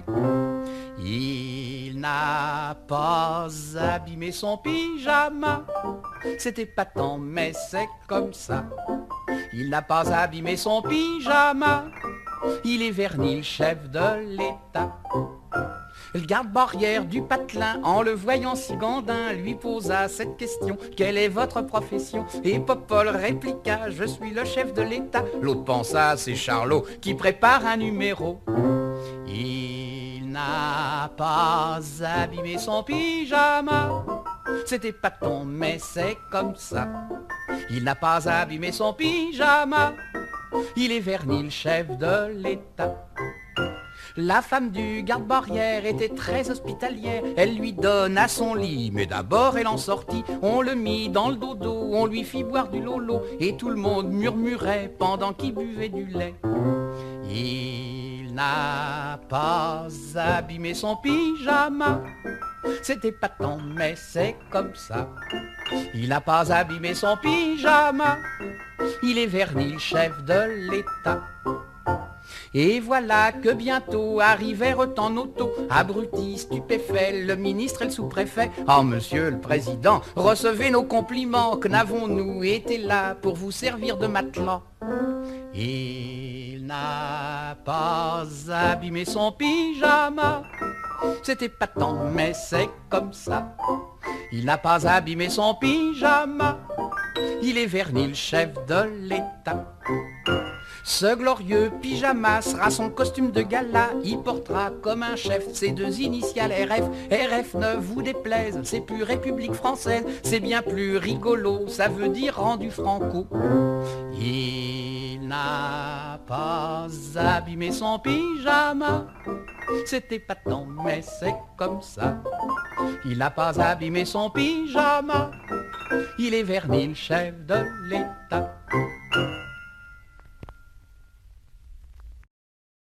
Il n'a pas abîmé son pyjama, c'était pas tant mais c'est comme ça. Il n'a pas abîmé son pyjama. Il est verni, le chef de l'État. Le garde-barrière du patelin, en le voyant si gandin, lui posa cette question: quelle est votre profession? Et Popol répliqua: je suis le chef de l'État. L'autre pensa: c'est Charlot qui prépare un numéro. Il n'a pas abîmé son pyjama. C'était épatant, mais c'est comme ça. Il n'a pas abîmé son pyjama. Il est verni, le chef de l'État. La femme du garde-barrière était très hospitalière. Elle lui donna son lit, mais d'abord elle en sortit. On le mit dans le dodo, on lui fit boire du lolo, et tout le monde murmurait pendant qu'il buvait du lait. Il n'a pas abîmé son pyjama. C'est épatant, mais c'est comme ça. Il n'a pas abîmé son pyjama. Il est verni, le chef de l'État. Et voilà que bientôt arrivèrent en auto, abrutis, stupéfaits, le ministre et le sous-préfet. Ah, monsieur le président, recevez nos compliments, que n'avons-nous été là pour vous servir de matelas? Il n'a pas abîmé son pyjama. C'est épatant, mais c'est comme ça. Il n'a pas abîmé son pyjama. Il est verni, le chef de l'État. Ce glorieux pyjama sera son costume de gala. Il portera comme un chef ses deux initiales RF. RF ne vous déplaise, c'est plus République française. C'est bien plus rigolo, ça veut dire rendu franco. Il n'a pas abîmé son pyjama. C'est épatant, mais c'est comme ça. Il n'a pas abîmé son pyjama. Il est verni, le chef de l'État.